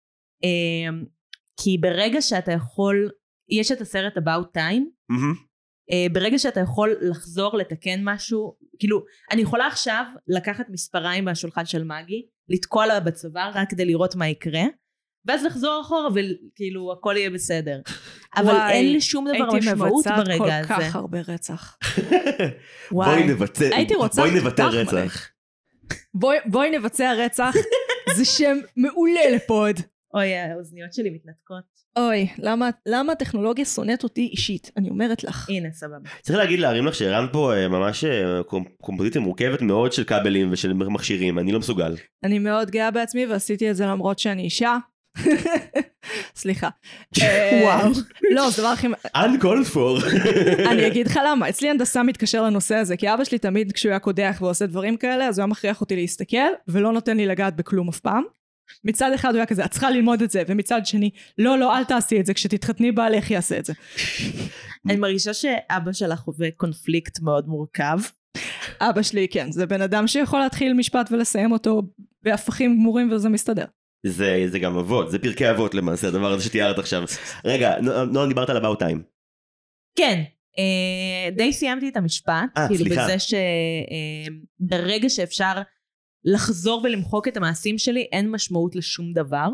כי ברגע שאתה יכול, יש את הסרט About Time, ברגע שאתה יכול לחזור לתקן משהו, כאילו אני יכולה עכשיו לקחת מספריים מהשולחן של מגי, לתקוע לה בצוואר רק כדי לראות מה יקרה, ואז לחזור אחורה וכאילו הכל יהיה בסדר. אבל אין לי שום דבר משמעות ברגע הזה. הייתי מבצעת כל כך הרבה רצח. בואי נבטר רצח. בואי נבצע רצח, זה שם מעולה לפוד. אוי, האוזניות שלי מתנתקות. אוי, למה הטכנולוגיה שונאת אותי אישית? אני אומרת לך. הנה, סבבה. צריך להרים לך שהרם פה ממש קומפוזיציה מורכבת מאוד של כבלים ושל מכשירים, אני לא מסוגל. אני מאוד גאה בעצמי ועשיתי את זה למרות שאני אישה. סליחה. וואו. לא, זה דבר הכי... uncalled for. אני אגיד לך למה, אצלי הנדסה מתקשר לנושא הזה, כי אבא שלי תמיד כשהוא היה קודח ועושה דברים כאלה, אז הוא היה מכריח אותי להסתכל, ולא נותן לי לגעת בכלום אף פעם. מצד אחד הוא היה כזה, את צריכה ללמוד את זה, ומצד שני, לא, אל תעשי את זה, כשתתחתני בעלך יעשה את זה. אני מרגישה שאבא שלך חווה קונפליקט מאוד מורכב. אבא שלי, כן, זה בן אדם שיכול להתחיל משפט ולסיים אותו בהפכים גמורים וזה מסתדר. זה גם אבות, זה פרקי אבות למעשה, הדבר הזה שתיארת עכשיו. רגע, נועם, דיברת על About Time. כן, די סיימתי את המשפט, כאילו בזה שברגע שאפשר לחזור ולמחוק את המעשים שלי, אין משמעות לשום דבר,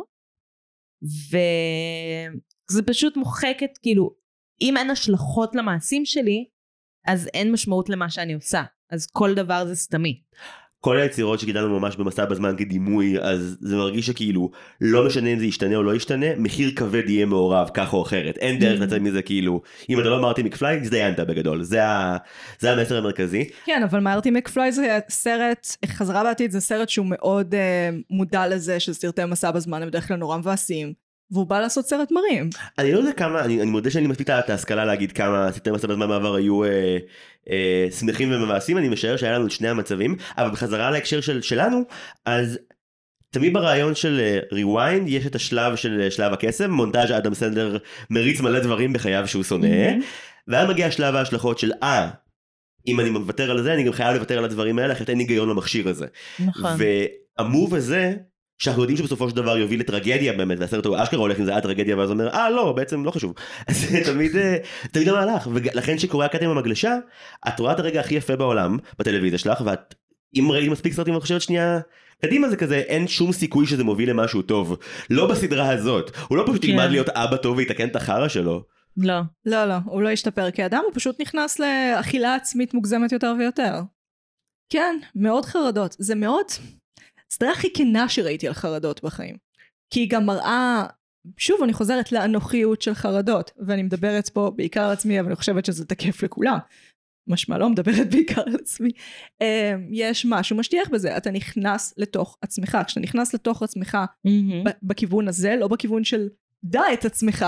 וזה פשוט מוחקת, כאילו, אם אין השלכות למעשים שלי, אז אין משמעות למה שאני עושה, אז כל דבר זה סתמי. כל היצירות שגידלנו ממש במסע בזמן כדימוי, אז זה מרגיש שכאילו, לא משנה אם זה ישתנה או לא ישתנה, מחיר כבד יהיה מעורב, כך או אחרת. אין דרך לצאת מזה כאילו, אם אתה לא מרטי מקפליי, הזדיינת בגדול. זה המסר המרכזי. כן, אבל מרטי מקפליי זה סרט, חזרה בעתיד זה סרט שהוא מאוד מודע לזה, שסרטי מסע בזמן הם בדרך כלל נורא מבאסים, והוא בא לעשות סרט מרים. אני לא יודע כמה, אני מודה שאני מספיק את ההשכלה להגיד כמה סרטי מסע בזמן בעבר היו שמחים ומבאסים, אני משער שהיה לנו את שני המצבים, אבל בחזרה להקשר שלנו, אז תמיד ברעיון של ריוויינד יש את השלב של שלב הקסם, מונטאז' אדם סנדלר מריץ מלא דברים בחייו שהוא שונא, ואז מגיע שלב ההשלכות של אם אני מוותר על זה, אני גם חייב לוותר על הדברים האלה, אחרת אין היגיון למכשיר הזה. נכון. והמוב הזה, שאנחנו יודעים שבסופו של דבר יוביל לטרגדיה באמת, והסרט הוא אשכרה הולך עם זה עד טרגדיה, ואז אומר, לא, בעצם לא חשוב. אז זה תמיד המהלך, ולכן שקורא הקטע עם המגלשה, את רואה את הרגע הכי יפה בעולם, בטלוויזיה שלך, ואם ראית מספיק סרטים, את חושבת שנייה, קדימה זה כזה, אין שום סיכוי שזה מוביל למשהו טוב. לא בסדרה הזאת. הוא לא פשוט ילמד להיות אבא טוב ויתקן את החרא שלו. לא. לא, הוא לא ישתפר כאדם, הוא פשוט נכנס לאכילה עצמית מוגזמת יותר ויותר. כן, מאוד חרדות. זה מאוד... סדרה הכי כנה שראיתי על חרדות בחיים. כי היא גם מראה... שוב, אני חוזרת לאנוכיות של חרדות, ואני מדברת פה בעיקר על עצמי, אבל אני חושבת שזה תקף לכולם. משמע לא מדברת בעיקר על עצמי. יש משהו משתיח בזה, אתה נכנס לתוך עצמך. כשאתה נכנס לתוך עצמך בכיוון הזה, לא בכיוון של דע את עצמך,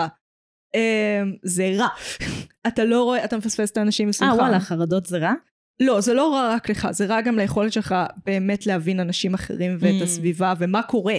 זה רע. אתה לא רואה, אתה מפספס את האנשים מסביבך. וואלה, חרדות זה רע? לא, זה לא רע רק לך, זה רע גם ליכולת שלך באמת להבין אנשים אחרים ואת הסביבה ומה קורה.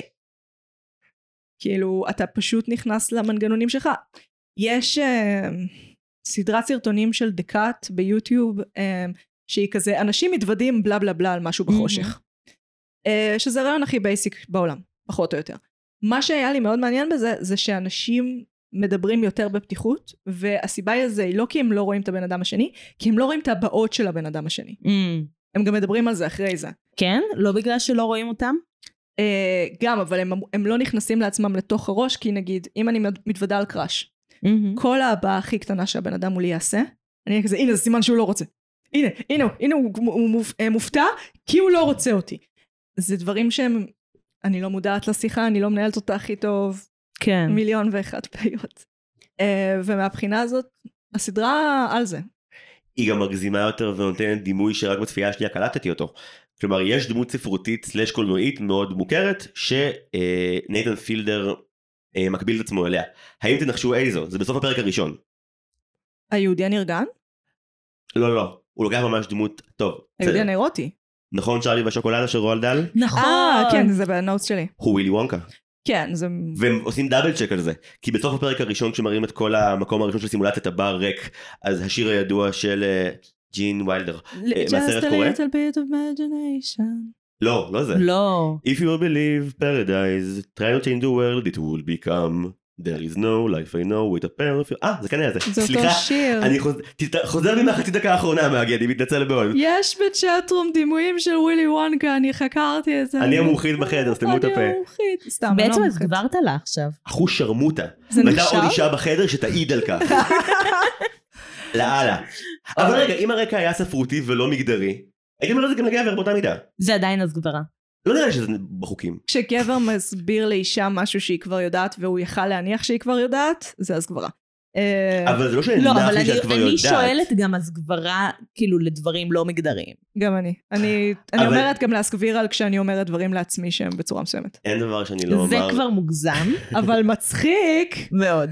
כאילו, אתה פשוט נכנס למנגנונים שלך. יש סדרת סרטונים של דקאט ביוטיוב, שהיא כזה, אנשים מתוודים בלה בלה בלה על משהו בחושך. שזה הרעיון הכי בייסיק בעולם, פחות או יותר. מה שהיה לי מאוד מעניין בזה, זה שאנשים מדברים יותר בפתיחות, והסיבה הזה היא לא כי הם לא רואים את הבן אדם השני, כי הם לא רואים את הבאות של הבן אדם השני. הם גם מדברים על זה אחרי זה. כן? לא בגלל שלא רואים אותם? גם, אבל הם לא נכנסים לעצמם לתוך הראש, כי נגיד, אם אני מתוודה על קראש, כל הבאה הכי קטנה שהבן אדם מולי יעשה, אני אהיה כזה, הנה, זה סימן שהוא לא רוצה. הנה, הוא מופתע, כי הוא לא רוצה אותי. זה דברים שהם, אני לא מודעת לשיחה, אני לא מנהלת אותה הכי טוב, כן. 1,001,000 בעיות. ומהבחינה הזאת, הסדרה על זה. היא גם מגזימה יותר ונותנת דימוי שרק בצפייה השנייה קלטתי אותו. כלומר, יש דמות ספרותית סלש קולנועית מאוד מוכרת, שנייתן פילדר מקביל את עצמו אליה. האם תנחשו איזו? זה בסוף הפרק הראשון. היהודי הנרגן? לא. הוא לוקח ממש דמות טוב. היהודי הנאירוטי. נכון, צ'רלי והשוקולדה של רואלד דאל? נכון. כן, זה בנוטס שלי. הוא ווילי וונקה. כן, זה... והם עושים דאבל צ'ק על זה, כי בסוף הפרק הראשון כשמראים את כל המקום הראשון של סימולציית הבר ריק, אז השיר הידוע של ג'ין ויילדר, מהסרט קורא? Just a little bit of imagination. לא זה. לא. If you believe paradise, try to change the world, it will become, there is no life I know with a pair of... זה כנראה זה. זה אותו שיר. אני חוזר לי מהחצי דקה האחרונה מהגד, אני מתנצל מאוד. יש בצ'אטרום דימויים של ווילי וונקה, אני חקרתי את זה. אני המומחית בחדר, סתמו את הפה. אני המומחית. סתם, בעצם הסגברת לה עכשיו. אחוז שרמוטה. זה והייתה נחשב? עוד אישה בחדר שתעיד על כך. לאללה. אבל רגע, אם הרקע היה ספרותי ולא מגדרי, הייתי אומר את זה גם לגבר באותה מידה. זה עדיין הסגברה. לא נראה שזה בחוקים. כשגבר מסביר לאישה משהו שהיא כבר יודעת, והוא יכל להניח שהיא כבר יודעת, זה הסגברה. אבל זה לא שאני לא, נח אבל לי שאת כבר יודעת. אני שואלת גם הסגברה, כאילו, לדברים לא מגדריים. גם אני אומרת גם להסגביר על כשאני אומרת דברים לעצמי שהם בצורה מסוימת. אין דבר שאני לא אומר. זה כבר מוגזם. אבל מצחיק. מאוד.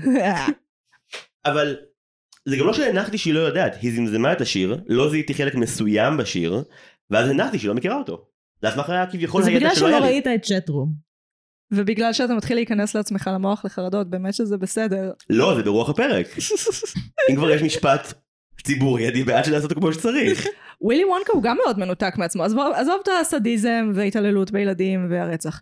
אבל זה גם לא שהנחתי שהיא לא יודעת. היא זמזמה את השיר, לא זיהיתי חלק מסוים בשיר, ואז הנחתי שהיא לא מכירה אותו. זה הסמך היה כביכול זה הידע בגלל שלא היה שלא לי. ראית את צ'טרום. ובגלל שאתה מתחיל להיכנס לעצמך למוח לחרדות, באמת שזה בסדר. לא, זה ברוח הפרק. אם כבר יש משפט ציבורי, אני בעד שלעשות אותו כמו שצריך. ווילי וונקה הוא גם מאוד מנותק מעצמו, עזוב את הסדיזם והתעללות בילדים והרצח.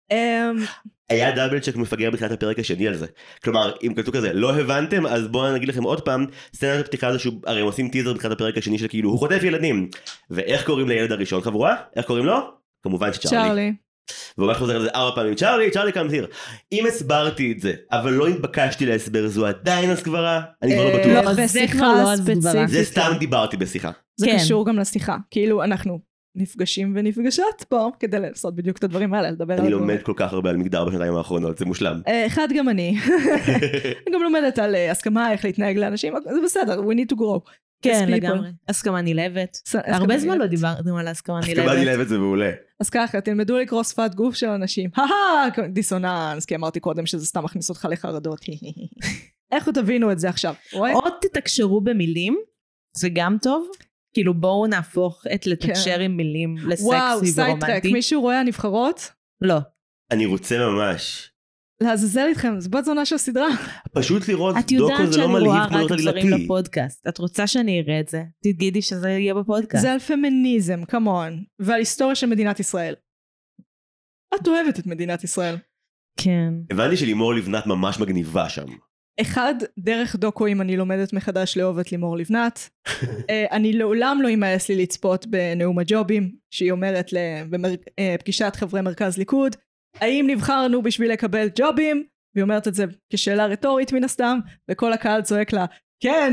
היה דאבל צ'ק מפגר בתחילת הפרק השני על זה. כלומר, אם כתוב כזה, לא הבנתם, אז בואו נגיד לכם עוד פעם, סצנת הפתיחה הזו, הרי הם עושים טיזר בתחילת הפרק השני של כאילו, הוא חוטף ילדים. ואיך קוראים לילד הראשון, חבורה? איך קוראים לו? כמובן שצ'רלי. והוא רק חוזר על זה 4 פעמים, צ'רלי קמזיר. אם הסברתי את זה, אבל לא התבקשתי להסבר, זו עדיין הסגברה? אני כבר לא בטוח. זה כבר לא הסגברה. זה סתם דיברתי בשיחה. זה קשור גם לשיחה. כאילו אנחנו נפגשים ונפגשות פה כדי לעשות בדיוק את הדברים האלה, לדבר על אני הדברים. לומד כל כך הרבה על מגדר בשנתיים האחרונות, זה מושלם. אחד גם אני. אני גם לומדת על הסכמה, איך להתנהג לאנשים, זה בסדר, we need to grow. כן, לגמרי. הסכמה נלהבת. הרבה זמן לא דיברנו על הסכמה נלהבת. הסכמה נלהבת זה מעולה. אז ככה, תלמדו לקרוא שפת גוף של אנשים. דיסוננס, כי אמרתי קודם שזה סתם מכניס אותך לחרדות. איך תבינו את זה עכשיו? עוד תתקשרו במילים, זה גם טוב. כאילו בואו נהפוך את לתקשר עם מילים לסקסי ורומנטי. וואו, סיידטרק, מישהו רואה הנבחרות? לא. אני רוצה ממש. לעזאזל איתכם, זה בת זונה של סדרה. פשוט לראות את דוקו יודעת זה לא שאני מלהיב רואה כמו רק לראות דברים עלילתי. לפודקאסט. את רוצה שאני אראה את זה? תגידי שזה יהיה בפודקאסט. זה על פמיניזם, כמון, ועל היסטוריה של מדינת ישראל. את אוהבת את מדינת ישראל. כן. הבנתי שלימור לבנת ממש מגניבה שם. אחד, דרך דוקואים אני לומדת מחדש לאהוב את לימור לבנת. אני לעולם לא אמאס לי לצפות בנאום הג'ובים, שהיא אומרת בפגישת חברי מרכז ליכוד, האם נבחרנו בשביל לקבל ג'ובים? והיא אומרת את זה כשאלה רטורית מן הסתם, וכל הקהל צועק לה, כן!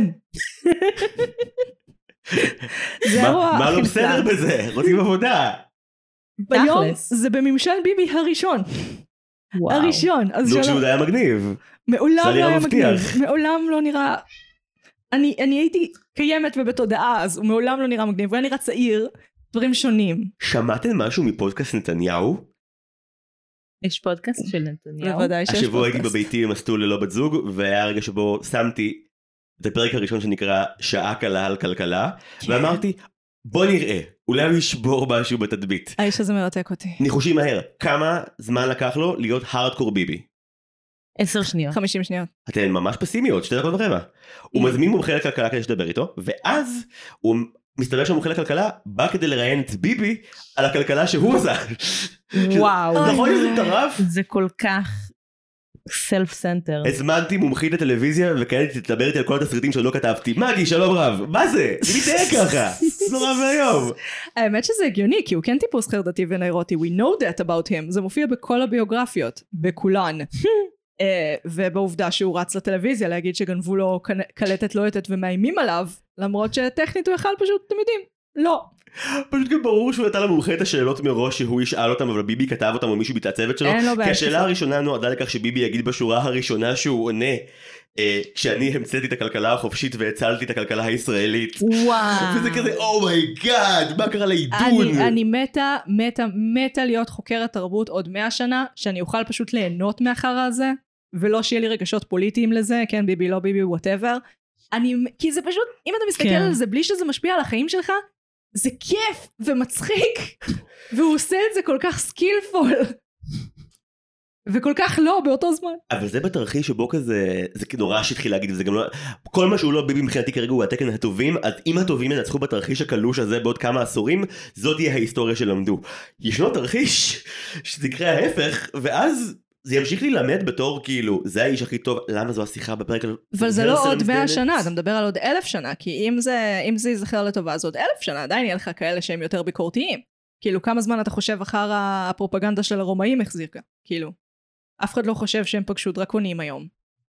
מה לא בסדר בזה? רוצים עבודה. ביום זה בממשל ביבי הראשון. הראשון. נו כשהוא היה מגניב. מעולם לא היה מגניב. מעולם לא נראה... אני הייתי קיימת ובתודעה, אז הוא מעולם לא נראה מגניב. הוא היה נראה צעיר, דברים שונים. שמעתם משהו מפודקאסט נתניהו? יש פודקאסט של נתניהו? בוודאי שיש פודקאסט. השבוע הייתי בביתי במסלול ללא בת זוג, והיה הרגע שבו שמתי את הפרק הראשון שנקרא שעה קלה על כלכלה, ואמרתי, בוא נראה, אולי הוא ישבור משהו בתדבית. האיש הזה מרתק אותי. ניחושים מהר, כמה זמן לקח לו להיות הארדקור ביבי? 10 שניות. 50 שניות. אתן ממש פסימיות, 2 דקות ורבע. הוא מזמין מומחה לכלכלה כדי שתדבר איתו, ואז הוא מסתבר שהמומחה לכלכלה בא כדי לראיין את ביבי על הכלכלה שהוא עושה. וואו. נכון שזה מטרף? זה כל כך self-centered. הזמנתי מומחית לטלוויזיה וכאלה תדבר איתי על כל התסריטים שלא כתבתי. מגי, שלום רב. מה זה? זה מתנהג ככה. זה נורא והיום. האמת שזה הגיוני, כי הוא כן טיפוס חרדתי ונאירוטי. We know that about him. זה מופיע בכל הביוגרפיות. בכולן. ובעובדה שהוא רץ לטלוויזיה להגיד שגנבו לו קלטת לוהטת ומאיימים עליו, למרות שטכנית הוא יכל פשוט, אתם יודעים, לא. פשוט גם ברור שהוא נתן למומחה את השאלות מראש שהוא ישאל אותם, אבל ביבי כתב אותם או מישהו ביצע צוות שלו, כי השאלה הראשונה נועדה לכך שביבי יגיד בשורה הראשונה שהוא עונה, כשאני המצאתי את הכלכלה החופשית והצלתי את הכלכלה הישראלית. וואו. וזה כזה, אומייגאד, מה קרה לעידון? אני מתה להיות חוקרת תרבות עוד 100 שנה, שאני אוכל פשוט ליהנות מהחרה הזה, ולא שיהיה לי רגשות פוליטיים לזה, כן, ביבי, לא ביבי, whatever. כי זה פשוט, אם אתה מסתכל על זה בלי שזה משפיע על החיים שלך, זה כיף ומצחיק, והוא עושה את זה כל כך סקילפול, וכל כך לא באותו זמן. אבל זה בתרחיש שבו כזה, זה נורא שהתחיל להגיד, וזה גם לא, כל מה שהוא לא ביבי מבחינתי כרגע הוא התקן הטובים, אז אם הטובים ינצחו בתרחיש הקלוש הזה בעוד כמה עשורים, זאת תהיה ההיסטוריה שלמדו. ישנו תרחיש שזה יקרה ההפך, ואז זה ימשיך להילמד בתור כאילו, זה האיש הכי טוב, למה זו השיחה בפרק? אבל זה לא עוד 100 שנה, אתה מדבר על עוד 1000 שנה, כי אם זה ייזכר לטובה, אז עוד 1000 שנה, עדיין יהיה לך כאלה שהם יותר ביקורתיים. כאילו, כמה זמן אתה חושב אחר הפרופגנדה של הרומאים החזיקה? כאילו, אף אחד לא חושב שהם פגשו דרקונים היום.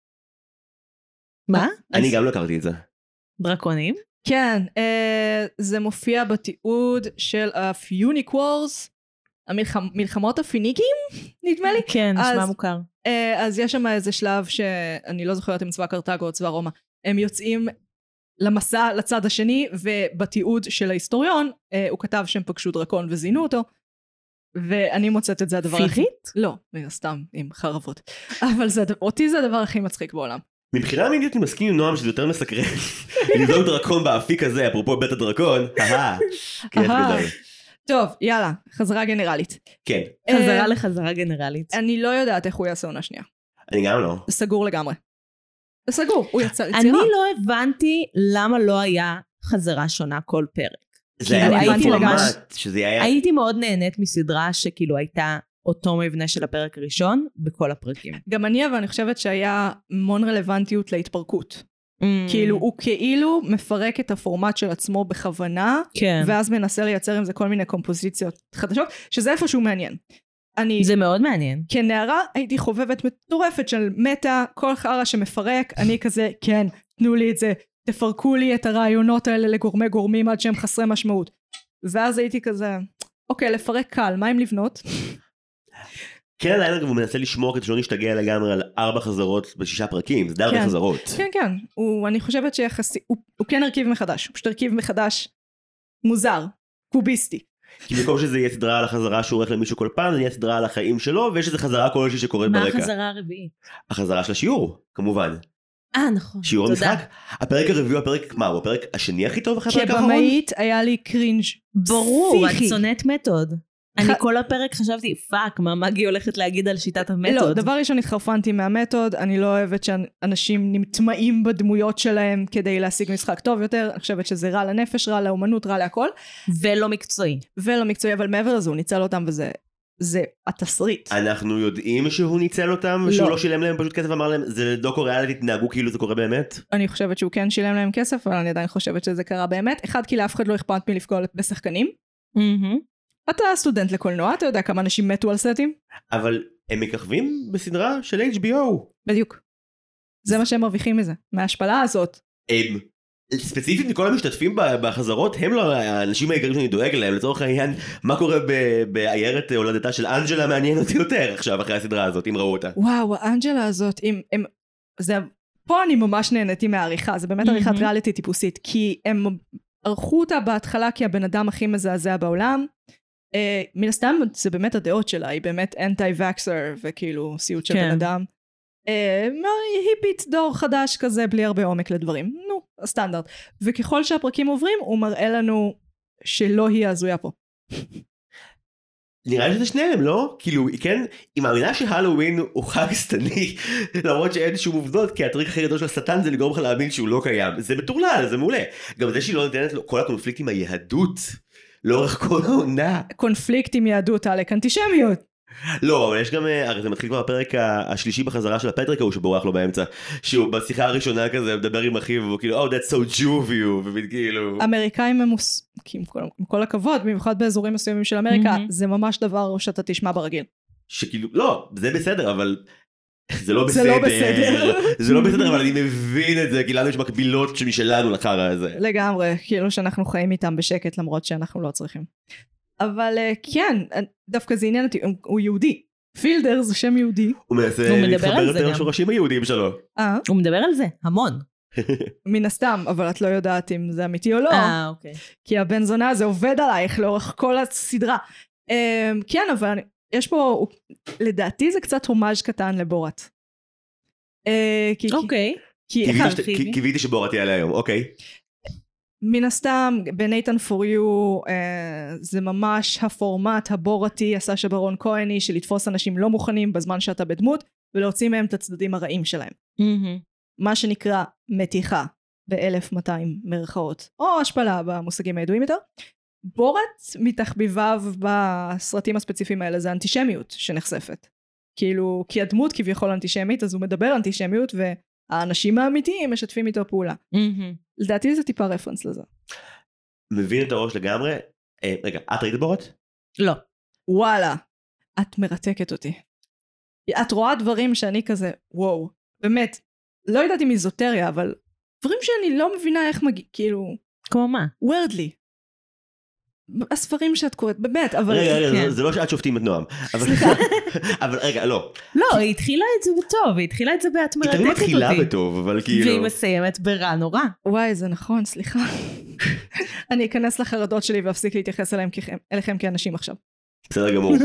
מה? אני גם לא הכרתי את זה. דרקונים? כן, זה מופיע בתיעוד של הפיוניק וורס, המלחמות הפיניקים, נדמה לי? כן, נשמע מוכר. אז יש שם איזה שלב שאני לא זוכרת אם צבא קרתגו או צבא רומא, הם יוצאים למסע לצד השני, ובתיעוד של ההיסטוריון, הוא כתב שהם פגשו דרקון וזינו אותו, ואני מוצאת את זה הדבר הכי... פיזית? לא, סתם עם חרבות. אבל אותי זה הדבר הכי מצחיק בעולם. מבחינה מינית אני מסכים עם נועם שזה יותר מסקרן. לבדוק דרקון באפיק הזה, אפרופו בית הדרקון. כיף גדול. טוב, יאללה, חזרה גנרלית. כן. לחזרה גנרלית. אני לא יודעת איך הוא יעשה עונה שנייה. אני גם לא. סגור לגמרי. סגור, הוא יצר יצירה. אני לא הבנתי למה לא היה חזרה שונה כל פרק. זה היה פורמט שזה היה... הייתי מאוד נהנית מסדרה שכאילו הייתה אותו מבנה של הפרק הראשון בכל הפרקים. גם אני, אבל אני חושבת שהיה המון רלוונטיות להתפרקות. כאילו הוא כאילו מפרק את הפורמט של עצמו בכוונה, ואז מנסה לייצר עם זה כל מיני קומפוזיציות חדשות, שזה איפשהו מעניין. זה מאוד מעניין. כנערה הייתי חובבת מטורפת של מטה, כל חרה שמפרק, אני כזה, כן, תנו לי את זה, תפרקו לי את הרעיונות האלה לגורמי גורמים עד שהם חסרי משמעות. ואז הייתי כזה, אוקיי, לפרק קל, מה אם לבנות? כן, עדיין אגב הוא מנסה לשמור כדי שלא נשתגע לגמרי על 4 חזרות ב6 פרקים, זה די הרבה חזרות. כן, כן, אני חושבת שיחסי, הוא כן הרכיב מחדש, הוא פשוט הרכיב מחדש מוזר, קוביסטי. כי במקום שזה יהיה סדרה על החזרה שהוא הולך למישהו כל פעם, זה יהיה סדרה על החיים שלו, ויש איזו חזרה כלשהי שקורית ברקע. מה החזרה הרביעית? החזרה של השיעור, כמובן. נכון. שיעור המשחק. הפרק הרביעי, הפרק, מה, הוא הפרק השני הכי טוב אחרי הפרק האחרון? כבמאית היה לי קרינג' ברור, פסיכי. את שונאת מתוד. אני כל הפרק חשבתי, פאק, מה מגי הולכת להגיד על שיטת המתוד? לא, דבר ראשון התחרפנתי מהמתוד, אני לא אוהבת שאנשים נטמעים בדמויות שלהם כדי להשיג משחק טוב יותר, אני חושבת שזה רע לנפש, רע לאומנות, רע להכל. ולא מקצועי. ולא מקצועי, אבל מעבר לזה הוא ניצל אותם וזה התסריט. אנחנו יודעים שהוא ניצל אותם, ושהוא לא שילם להם פשוט כסף, אמר להם, זה דוקו ריאליטי, תנהגו כאילו זה קורה באמת? אני חושבת שהוא כן שילם להם כסף, אבל אני עדיין חושבת שזה קרה באמת. אחד, כי לאף אחד לא אכפת מלפגוע בשחקנים. אתה סטודנט לקולנוע, אתה יודע כמה אנשים מתו על סטים? אבל הם מככבים בסדרה של HBO. בדיוק. זה מה שהם מרוויחים מזה, מההשפלה הזאת. ספציפית מכל המשתתפים בחזרות, הם לא האנשים העיקריים שאני דואג להם, לצורך העניין, מה קורה בעיירת הולדתה של אנג'לה מעניין אותי יותר עכשיו אחרי הסדרה הזאת, אם ראו אותה. וואו, האנג'לה הזאת, פה אני ממש נהניתי מהעריכה, זה באמת עריכת ריאליטי טיפוסית, כי הם ערכו אותה בהתחלה כי הבן אדם הכי מזעזע בעולם, מן הסתם זה באמת הדעות שלה, היא באמת אנטי-וקסר וכאילו סיוט של בן אדם, היפית דור חדש כזה בלי הרבה עומק לדברים, נו, הסטנדרט, וככל שהפרקים עוברים הוא מראה לנו שלא היא הזויה פה. נראה לי שזה שניהם, לא? כאילו, כן, היא מאמינה שהלווין הוא חג שטני, למרות שאין שום עובדות, כי הטריק הכי גדול של השטן זה לגרום לך להאמין שהוא לא קיים. זה מטורלל, זה מעולה. גם זה שהיא לא נותנת לו כל הקונפליקט עם היהדות, לאורך כל העונה. קונפליקט עם יהדות, עלק אנטישמיות. לא, אבל יש גם, הרי זה מתחיל כבר בפרק השלישי בחזרה של הפטריק ההוא שבורח לו באמצע, שהוא בשיחה הראשונה כזה מדבר עם אחיו, והוא כאילו, oh that's so Jew of you, וכאילו... אמריקאים הם עם כל הכבוד, במיוחד באזורים מסוימים של אמריקה, זה ממש דבר שאתה תשמע ברגיל. שכאילו, לא, זה בסדר, אבל... זה לא בסדר, זה לא בסדר, אבל אני מבין את זה, כי לנו יש מקבילות משלנו לחרא הזה. לגמרי, כאילו שאנחנו חיים איתם בשקט, למרות שאנחנו לא צריכים. אבל כן, דווקא זה עניין אותי, הוא יהודי. פילדר זה שם יהודי. הוא מנסה להתחבר יותר לשורשים היהודיים שלו. הוא מדבר על זה, המון. מן הסתם, אבל את לא יודעת אם זה אמיתי או לא. אוקיי. כי הבן זונה הזה עובד עלייך לאורך כל הסדרה. כן, אבל יש פה, לדעתי זה קצת הומאז' קטן לבורת. אוקיי. קיוויתי שבורת יעלה היום, אוקיי. מן הסתם, בנייתן פור יו, זה ממש הפורמט הבורתי, הסשה ברון כהני, של לתפוס אנשים לא מוכנים בזמן שאתה בדמות, ולהוציא מהם את הצדדים הרעים שלהם. מה שנקרא מתיחה, ב-1200 מרכאות, או השפלה במושגים הידועים יותר. בורת מתחביביו בסרטים הספציפיים האלה, זה אנטישמיות שנחשפת. כאילו, כי הדמות כביכול אנטישמית, אז הוא מדבר אנטישמיות, והאנשים האמיתיים משתפים איתו פעולה. לדעתי זה טיפה רפרנס לזה. מבין את הראש לגמרי. רגע, את ראית בורת? לא. וואלה, את מרתקת אותי. את רואה דברים שאני כזה, וואו, באמת, לא יודעת אם איזוטריה, אבל דברים שאני לא מבינה איך כאילו... כמו מה? וורדלי. הספרים שאת קוראת, באמת, אבל... רגע, זה לא שאת שופטים את נועם. סליחה. אבל רגע, לא. לא, היא התחילה את זה בטוב, היא התחילה את זה באת מרתקת אותי. היא תמיד מתחילה בטוב, אבל כאילו... והיא מסיימת ברע נורא. וואי, זה נכון, סליחה. אני אכנס לחרדות שלי ואפסיק להתייחס אליכם כאנשים עכשיו. בסדר גמור.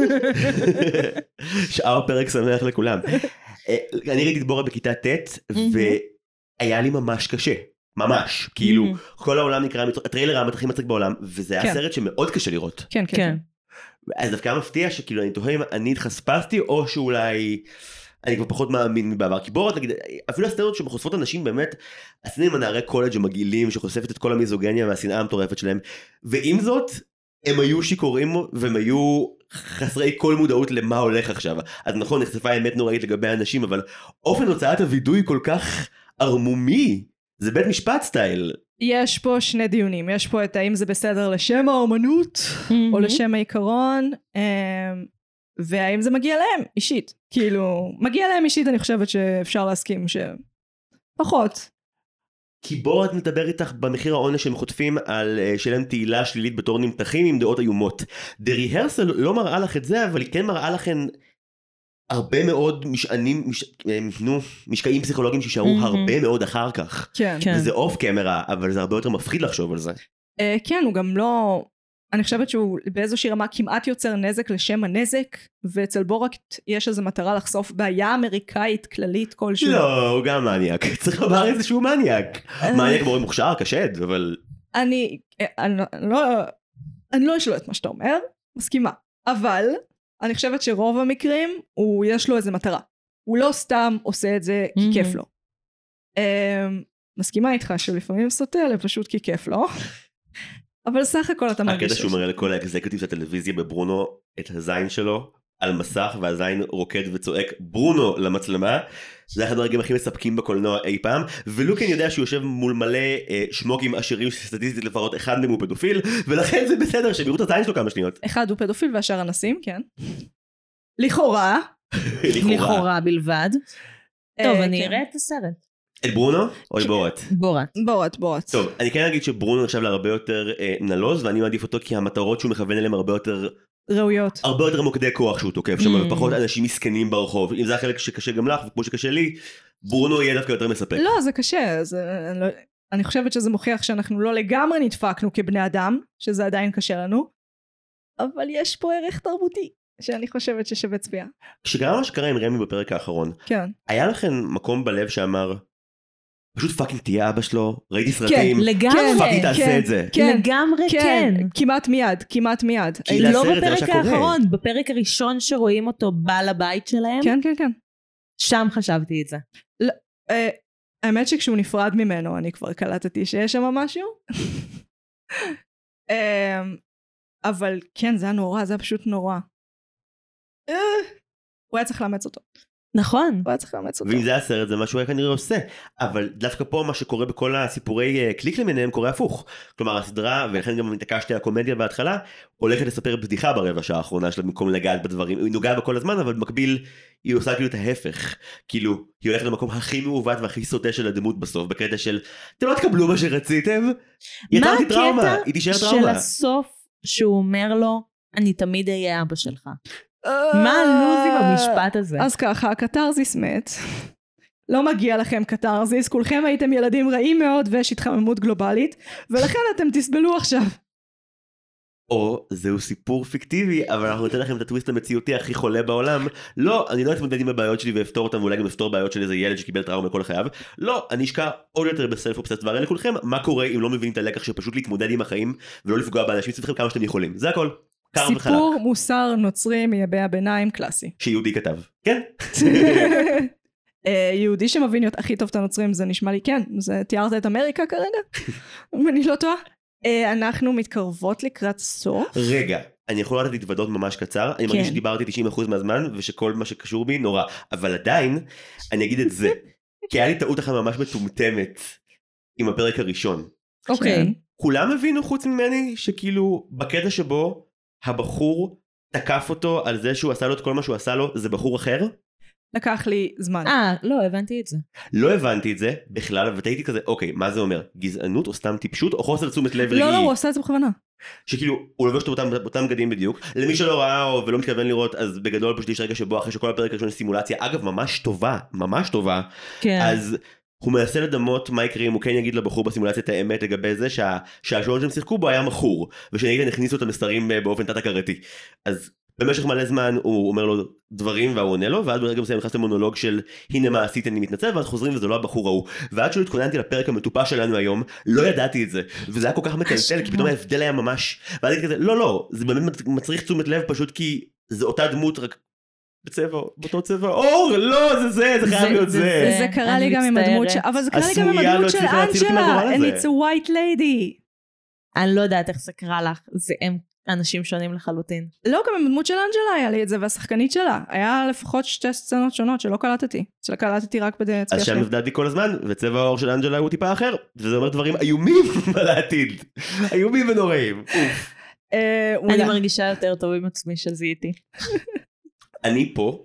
שאר פרק שמח לכולם. אני ראיתי את בורת בכיתה ט' והיה לי ממש קשה. ממש, כאילו, כל העולם נקרא, הטריילר המתחיל מצחיק בעולם, וזה היה סרט שמאוד קשה לראות. כן, כן. אז דווקא מפתיע שכאילו אני תוהה אם אני התחספסתי, או שאולי אני כבר פחות מאמין בעבר. כי בורת, נגיד, אפילו הסצנות שמחושפות אנשים באמת, הסצנות עם הנערי קולג' המגעילים, שחושפת את כל המיזוגניה והשנאה המטורפת שלהם, ועם זאת, הם היו שיכורים, והם היו חסרי כל מודעות למה הולך עכשיו. אז נכון, נחשפה האמת נוראית לגבי האנשים, אבל אופן הוצאת הוידוי כל כך ערמומי, זה בית משפט סטייל. יש פה שני דיונים, יש פה את האם זה בסדר לשם האומנות, או לשם העיקרון, והאם זה מגיע להם אישית. כאילו, מגיע להם אישית, אני חושבת שאפשר להסכים שפחות. כי בורת מדבר איתך במחיר העונש שהם חוטפים על שלם תהילה שלילית בתור נמתחים עם דעות איומות. The Rehearsal לא מראה לך את זה, אבל היא כן מראה לכן הרבה מאוד משקעים פסיכולוגיים שישארו הרבה מאוד אחר כך. כן. וזה אוף קמרה, אבל זה הרבה יותר מפחיד לחשוב על זה. כן, הוא גם לא... אני חושבת שהוא באיזושהי רמה כמעט יוצר נזק לשם הנזק, ואצל בורק יש איזו מטרה לחשוף בעיה אמריקאית כללית כלשהו. לא, הוא גם מניאק. צריך לומר איזשהו מניאק. מניאק מאוד מוכשר, קשד, אבל... אני לא אשלו את מה שאתה אומר, מסכימה. אבל אני חושבת שרוב המקרים, יש לו איזו מטרה. הוא לא סתם עושה את זה כי כיף לו. מסכימה איתך שלפעמים סוטה, פשוט כי כיף לו. אבל סך הכל אתה מרגיש... הקטע שהוא מראה לכל האקזקוטיב של הטלוויזיה בברונו את הזין שלו על מסך, והזין רוקד וצועק ברונו למצלמה, זה אחד הרגעים הכי מספקים בקולנוע אי פעם, ולוקן יודע שהוא יושב מול מלא שמוקים עשירים שסטטיסטית לפחות אחד מהם הוא פדופיל, ולכן זה בסדר שהם יראו את הזין שלו כמה שניות. אחד הוא פדופיל והשאר אנסים, כן. לכאורה. לכאורה בלבד. טוב, אני אראה את הסרט. את ברונו או את בורת? בורת. טוב, אני כן אגיד שברונו נחשב להרבה יותר נלוז, ואני מעדיף אותו כי המטרות שהוא מכוון אליהם הרבה יותר ראויות. הרבה יותר מוקדי כוח שהוא תוקף שם, ופחות אנשים מסכנים ברחוב. אם זה החלק שקשה גם לך, וכמו שקשה לי, ברונו יהיה דווקא יותר מספק. לא, זה קשה. אני חושבת שזה מוכיח שאנחנו לא לגמרי נדפקנו כבני אדם, שזה עדיין קשה לנו, אבל יש פה ערך תרבותי, שאני חושבת ששווה צפייה. כשקרה מה שקרה עם רמי בפרק האחרון, כן. היה לכם מקום בלב שאמר, פשוט פאקינג תהיה אבא שלו, ראיתי סרטים, כן, לגמרי, פאקינג תעשה את זה. לגמרי כן. כמעט מיד. לא בפרק האחרון, בפרק הראשון שרואים אותו בא לבית שלהם. כן. שם חשבתי את זה. האמת שכשהוא נפרד ממנו, אני כבר קלטתי שיש שם משהו. אבל כן, זה היה נורא, זה היה פשוט נורא. הוא היה צריך לאמץ אותו. נכון. הוא היה צריך לאמץ אותו. ואם זה הסרט, זה מה שהוא היה כנראה עושה. אבל דווקא פה מה שקורה בכל הסיפורי קליק למיניהם קורה הפוך. כלומר, הסדרה, ולכן גם התעקשתי על הקומדיה בהתחלה, הולכת לספר בדיחה ברבע שעה האחרונה שלה, במקום לגעת בדברים. היא נוגעת בכל הזמן, אבל במקביל היא עושה כאילו את ההפך. כאילו, היא הולכת למקום הכי מעוות והכי סוטה של הדמות בסוף, בקטע של, אתם לא תקבלו מה שרציתם. יצרתי טראומה, היא תישאר טראומה. מה הקטע של הסוף שהוא אומר לו, אני תמיד אהיה אבא שלך? מה הלוז עם המשפט הזה? אז ככה, הקטרזיס מת. לא מגיע לכם קטרזיס, כולכם הייתם ילדים רעים מאוד ויש התחממות גלובלית, ולכן אתם תסבלו עכשיו. או זהו סיפור פיקטיבי, אבל אנחנו ניתן לכם את הטוויסט המציאותי הכי חולה בעולם. לא, אני לא אתמודד עם הבעיות שלי ואפתור אותם, ואולי גם אפתור בעיות של איזה ילד שקיבל טראומה לכל חייו. לא, אני אשקע עוד יותר בסלף אובססט והראה לכולכם מה קורה אם לא מבינים את הלקח שפשוט להתמודד עם החיים ולא לפגוע באנשים סביבכם כמה שאתם יכולים. זה הכל. סיפור מוסר נוצרי מימי הביניים קלאסי. שיהודי כתב. כן. יהודי שמבין הכי טוב את הנוצרים, זה נשמע לי כן. זה תיארת את אמריקה כרגע? אם אני לא טועה. אנחנו מתקרבות לקראת סוף. רגע, אני יכול לתת להתוודות ממש קצר. אני מרגיש שדיברתי 90% מהזמן, ושכל מה שקשור בי נורא. אבל עדיין, אני אגיד את זה. כי היה לי טעות אחת ממש מטומטמת עם הפרק הראשון. אוקיי. כולם הבינו חוץ ממני שכאילו בקטע שבו הבחור תקף אותו על זה שהוא עשה לו את כל מה שהוא עשה לו, זה בחור אחר? לקח לי זמן. לא, הבנתי את זה. לא הבנתי את זה בכלל, ותהייתי כזה, אוקיי, מה זה אומר? גזענות או סתם טיפשות או חוסר תשומת לב רגעי? לא, הוא עשה את זה בכוונה. שכאילו, הוא לובש אותם בגדים בדיוק. למי שלא ראה ולא מתכוון לראות, אז בגדול פשוט יש רגע שבו אחרי שכל הפרק הראשון סימולציה, אגב, ממש טובה, אז הוא מנסה לדמות מה יקרה אם הוא כן יגיד לבחור בסימולציה את האמת לגבי זה שהשעון שהם שיחקו בו היה מכור, ושנגד הכניסו את המסתרים באופן תת-הכרתי. אז במשך מלא זמן הוא אומר לו דברים והוא עונה לו, ואז ברגע מסוים נכנס למונולוג של הנה מה עשית אני מתנצל, ואז חוזרים וזה לא הבחור ההוא. ועד שלא התכוננתי לפרק המטופש שלנו היום, לא ידעתי את זה, וזה היה כל כך מטלטל, כי פתאום ההבדל היה ממש, ואז הייתי כזה, לא, זה באמת מצריך תשומת לב פשוט כי זה אותה דמות רק בצבע, באותו צבע, אור, לא, זה חייב להיות זה. זה קרה לי גם עם הדמות, אבל זה קרה לי גם עם הדמות של אנג'לה, and it's a white lady. אני לא יודעת איך זה קרה לך, הם אנשים שונים לחלוטין. לא, גם עם הדמות של אנג'לה היה לי את זה, והשחקנית שלה, היה לפחות 2 סצנות שונות שלא קלטתי, שקלטתי רק בצפייה שלי. אז שם הבדלתי כל הזמן, וצבע האור של אנג'לה הוא טיפה אחר, וזה אומר דברים איומים על העתיד, איומים ונוראים. אני מרגישה יותר טוב עם עצמי שזיהיתי. אני פה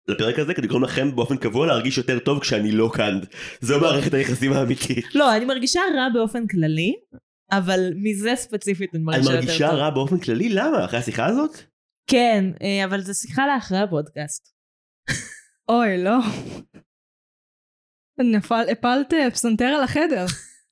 לפרק הזה כדי לגרום לכם באופן קבוע להרגיש יותר טוב כשאני לא כאן. זו מערכת היחסים האמיתית. לא, אני מרגישה רע באופן כללי, אבל מזה ספציפית אני מרגישה יותר טוב. את מרגישה רע באופן כללי? למה? אחרי השיחה הזאת? כן, אבל זו שיחה לאחרי הפודקאסט. אוי, לא. הפלת פסנתר על החדר.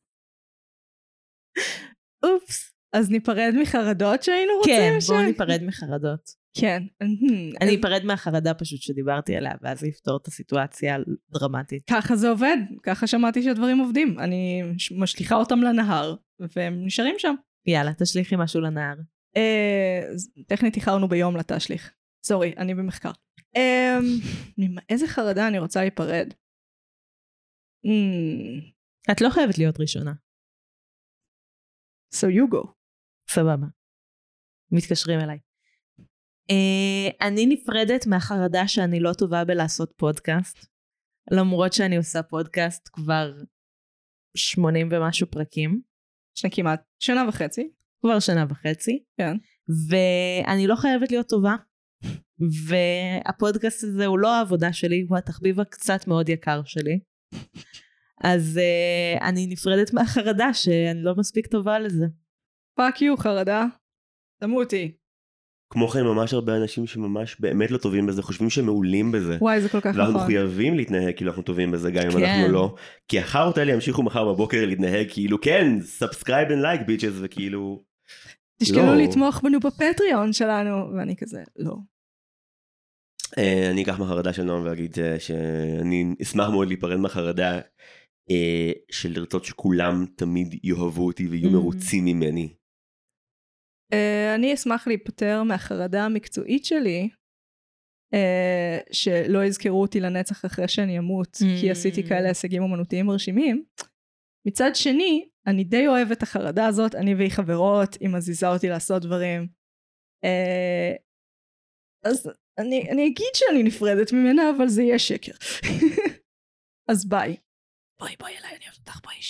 אופס. אז ניפרד מחרדות שהיינו רוצים? כן, בואו ניפרד מחרדות. כן. אני אפרד מהחרדה פשוט שדיברתי עליה, ואז זה יפתור את הסיטואציה הדרמטית. ככה זה עובד, ככה שמעתי שהדברים עובדים. אני משליחה אותם לנהר, והם נשארים שם. יאללה, תשליחי משהו לנהר. טכנית איחרנו ביום לתשליך. סורי, אני במחקר. איזה חרדה אני רוצה להיפרד? את לא חייבת להיות ראשונה. So you go. סבבה. מתקשרים אליי. אני נפרדת מהחרדה שאני לא טובה בלעשות פודקאסט, למרות שאני עושה פודקאסט כבר 80 ומשהו פרקים. כמעט שנה וחצי. כבר שנה וחצי. כן. ואני לא חייבת להיות טובה. והפודקאסט הזה הוא לא העבודה שלי, הוא התחביב הקצת מאוד יקר שלי. אז אני נפרדת מהחרדה שאני לא מספיק טובה לזה. פאק יו חרדה. תמותי. כמו כן ממש הרבה אנשים שממש באמת לא טובים בזה, חושבים שהם מעולים בזה. וואי, זה כל כך נכון. ואנחנו מחויבים להתנהג כאילו אנחנו טובים בזה, גם אם אנחנו לא. כי החרות האלה ימשיכו מחר בבוקר להתנהג כאילו, כן, subscribe and like bitches, וכאילו... תשקלו לתמוך בנו בפטריון שלנו, ואני כזה, לא. אני אקח מהחרדה של נועם ואגיד שאני אשמח מאוד להיפרד מהחרדה של לרצות שכולם תמיד יאהבו אותי ויהיו מרוצים ממני. אני אשמח להיפטר מהחרדה המקצועית שלי, שלא יזכרו אותי לנצח אחרי שאני אמות, כי עשיתי כאלה הישגים אומנותיים מרשימים. מצד שני, אני די אוהבת את החרדה הזאת, אני והיא חברות, היא מזיזה אותי לעשות דברים. אז אני אגיד שאני נפרדת ממנה, אבל זה יהיה שקר. אז ביי. בואי אליי, אני אוהבת אותך, בואי.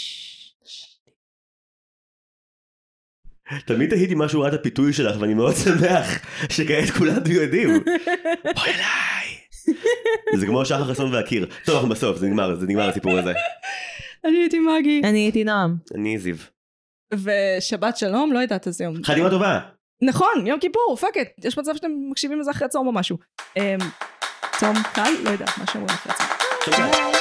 תמיד תהיתי משהו רעת הפיתוי שלך, ואני מאוד שמח שכעת כולנו יודעים. בואי אליי. זה כמו שחר חסון והקיר. טוב, אנחנו בסוף, זה נגמר הסיפור הזה. אני הייתי מגי. אני הייתי נועם. אני זיו. ושבת שלום, לא יודעת איזה יום. חתימה טובה. נכון, יום כיפור, פאק את. יש מצב שאתם מקשיבים לזה אחרי צום או משהו. צום קל? לא יודעת, מה שאומרים אחרי צום.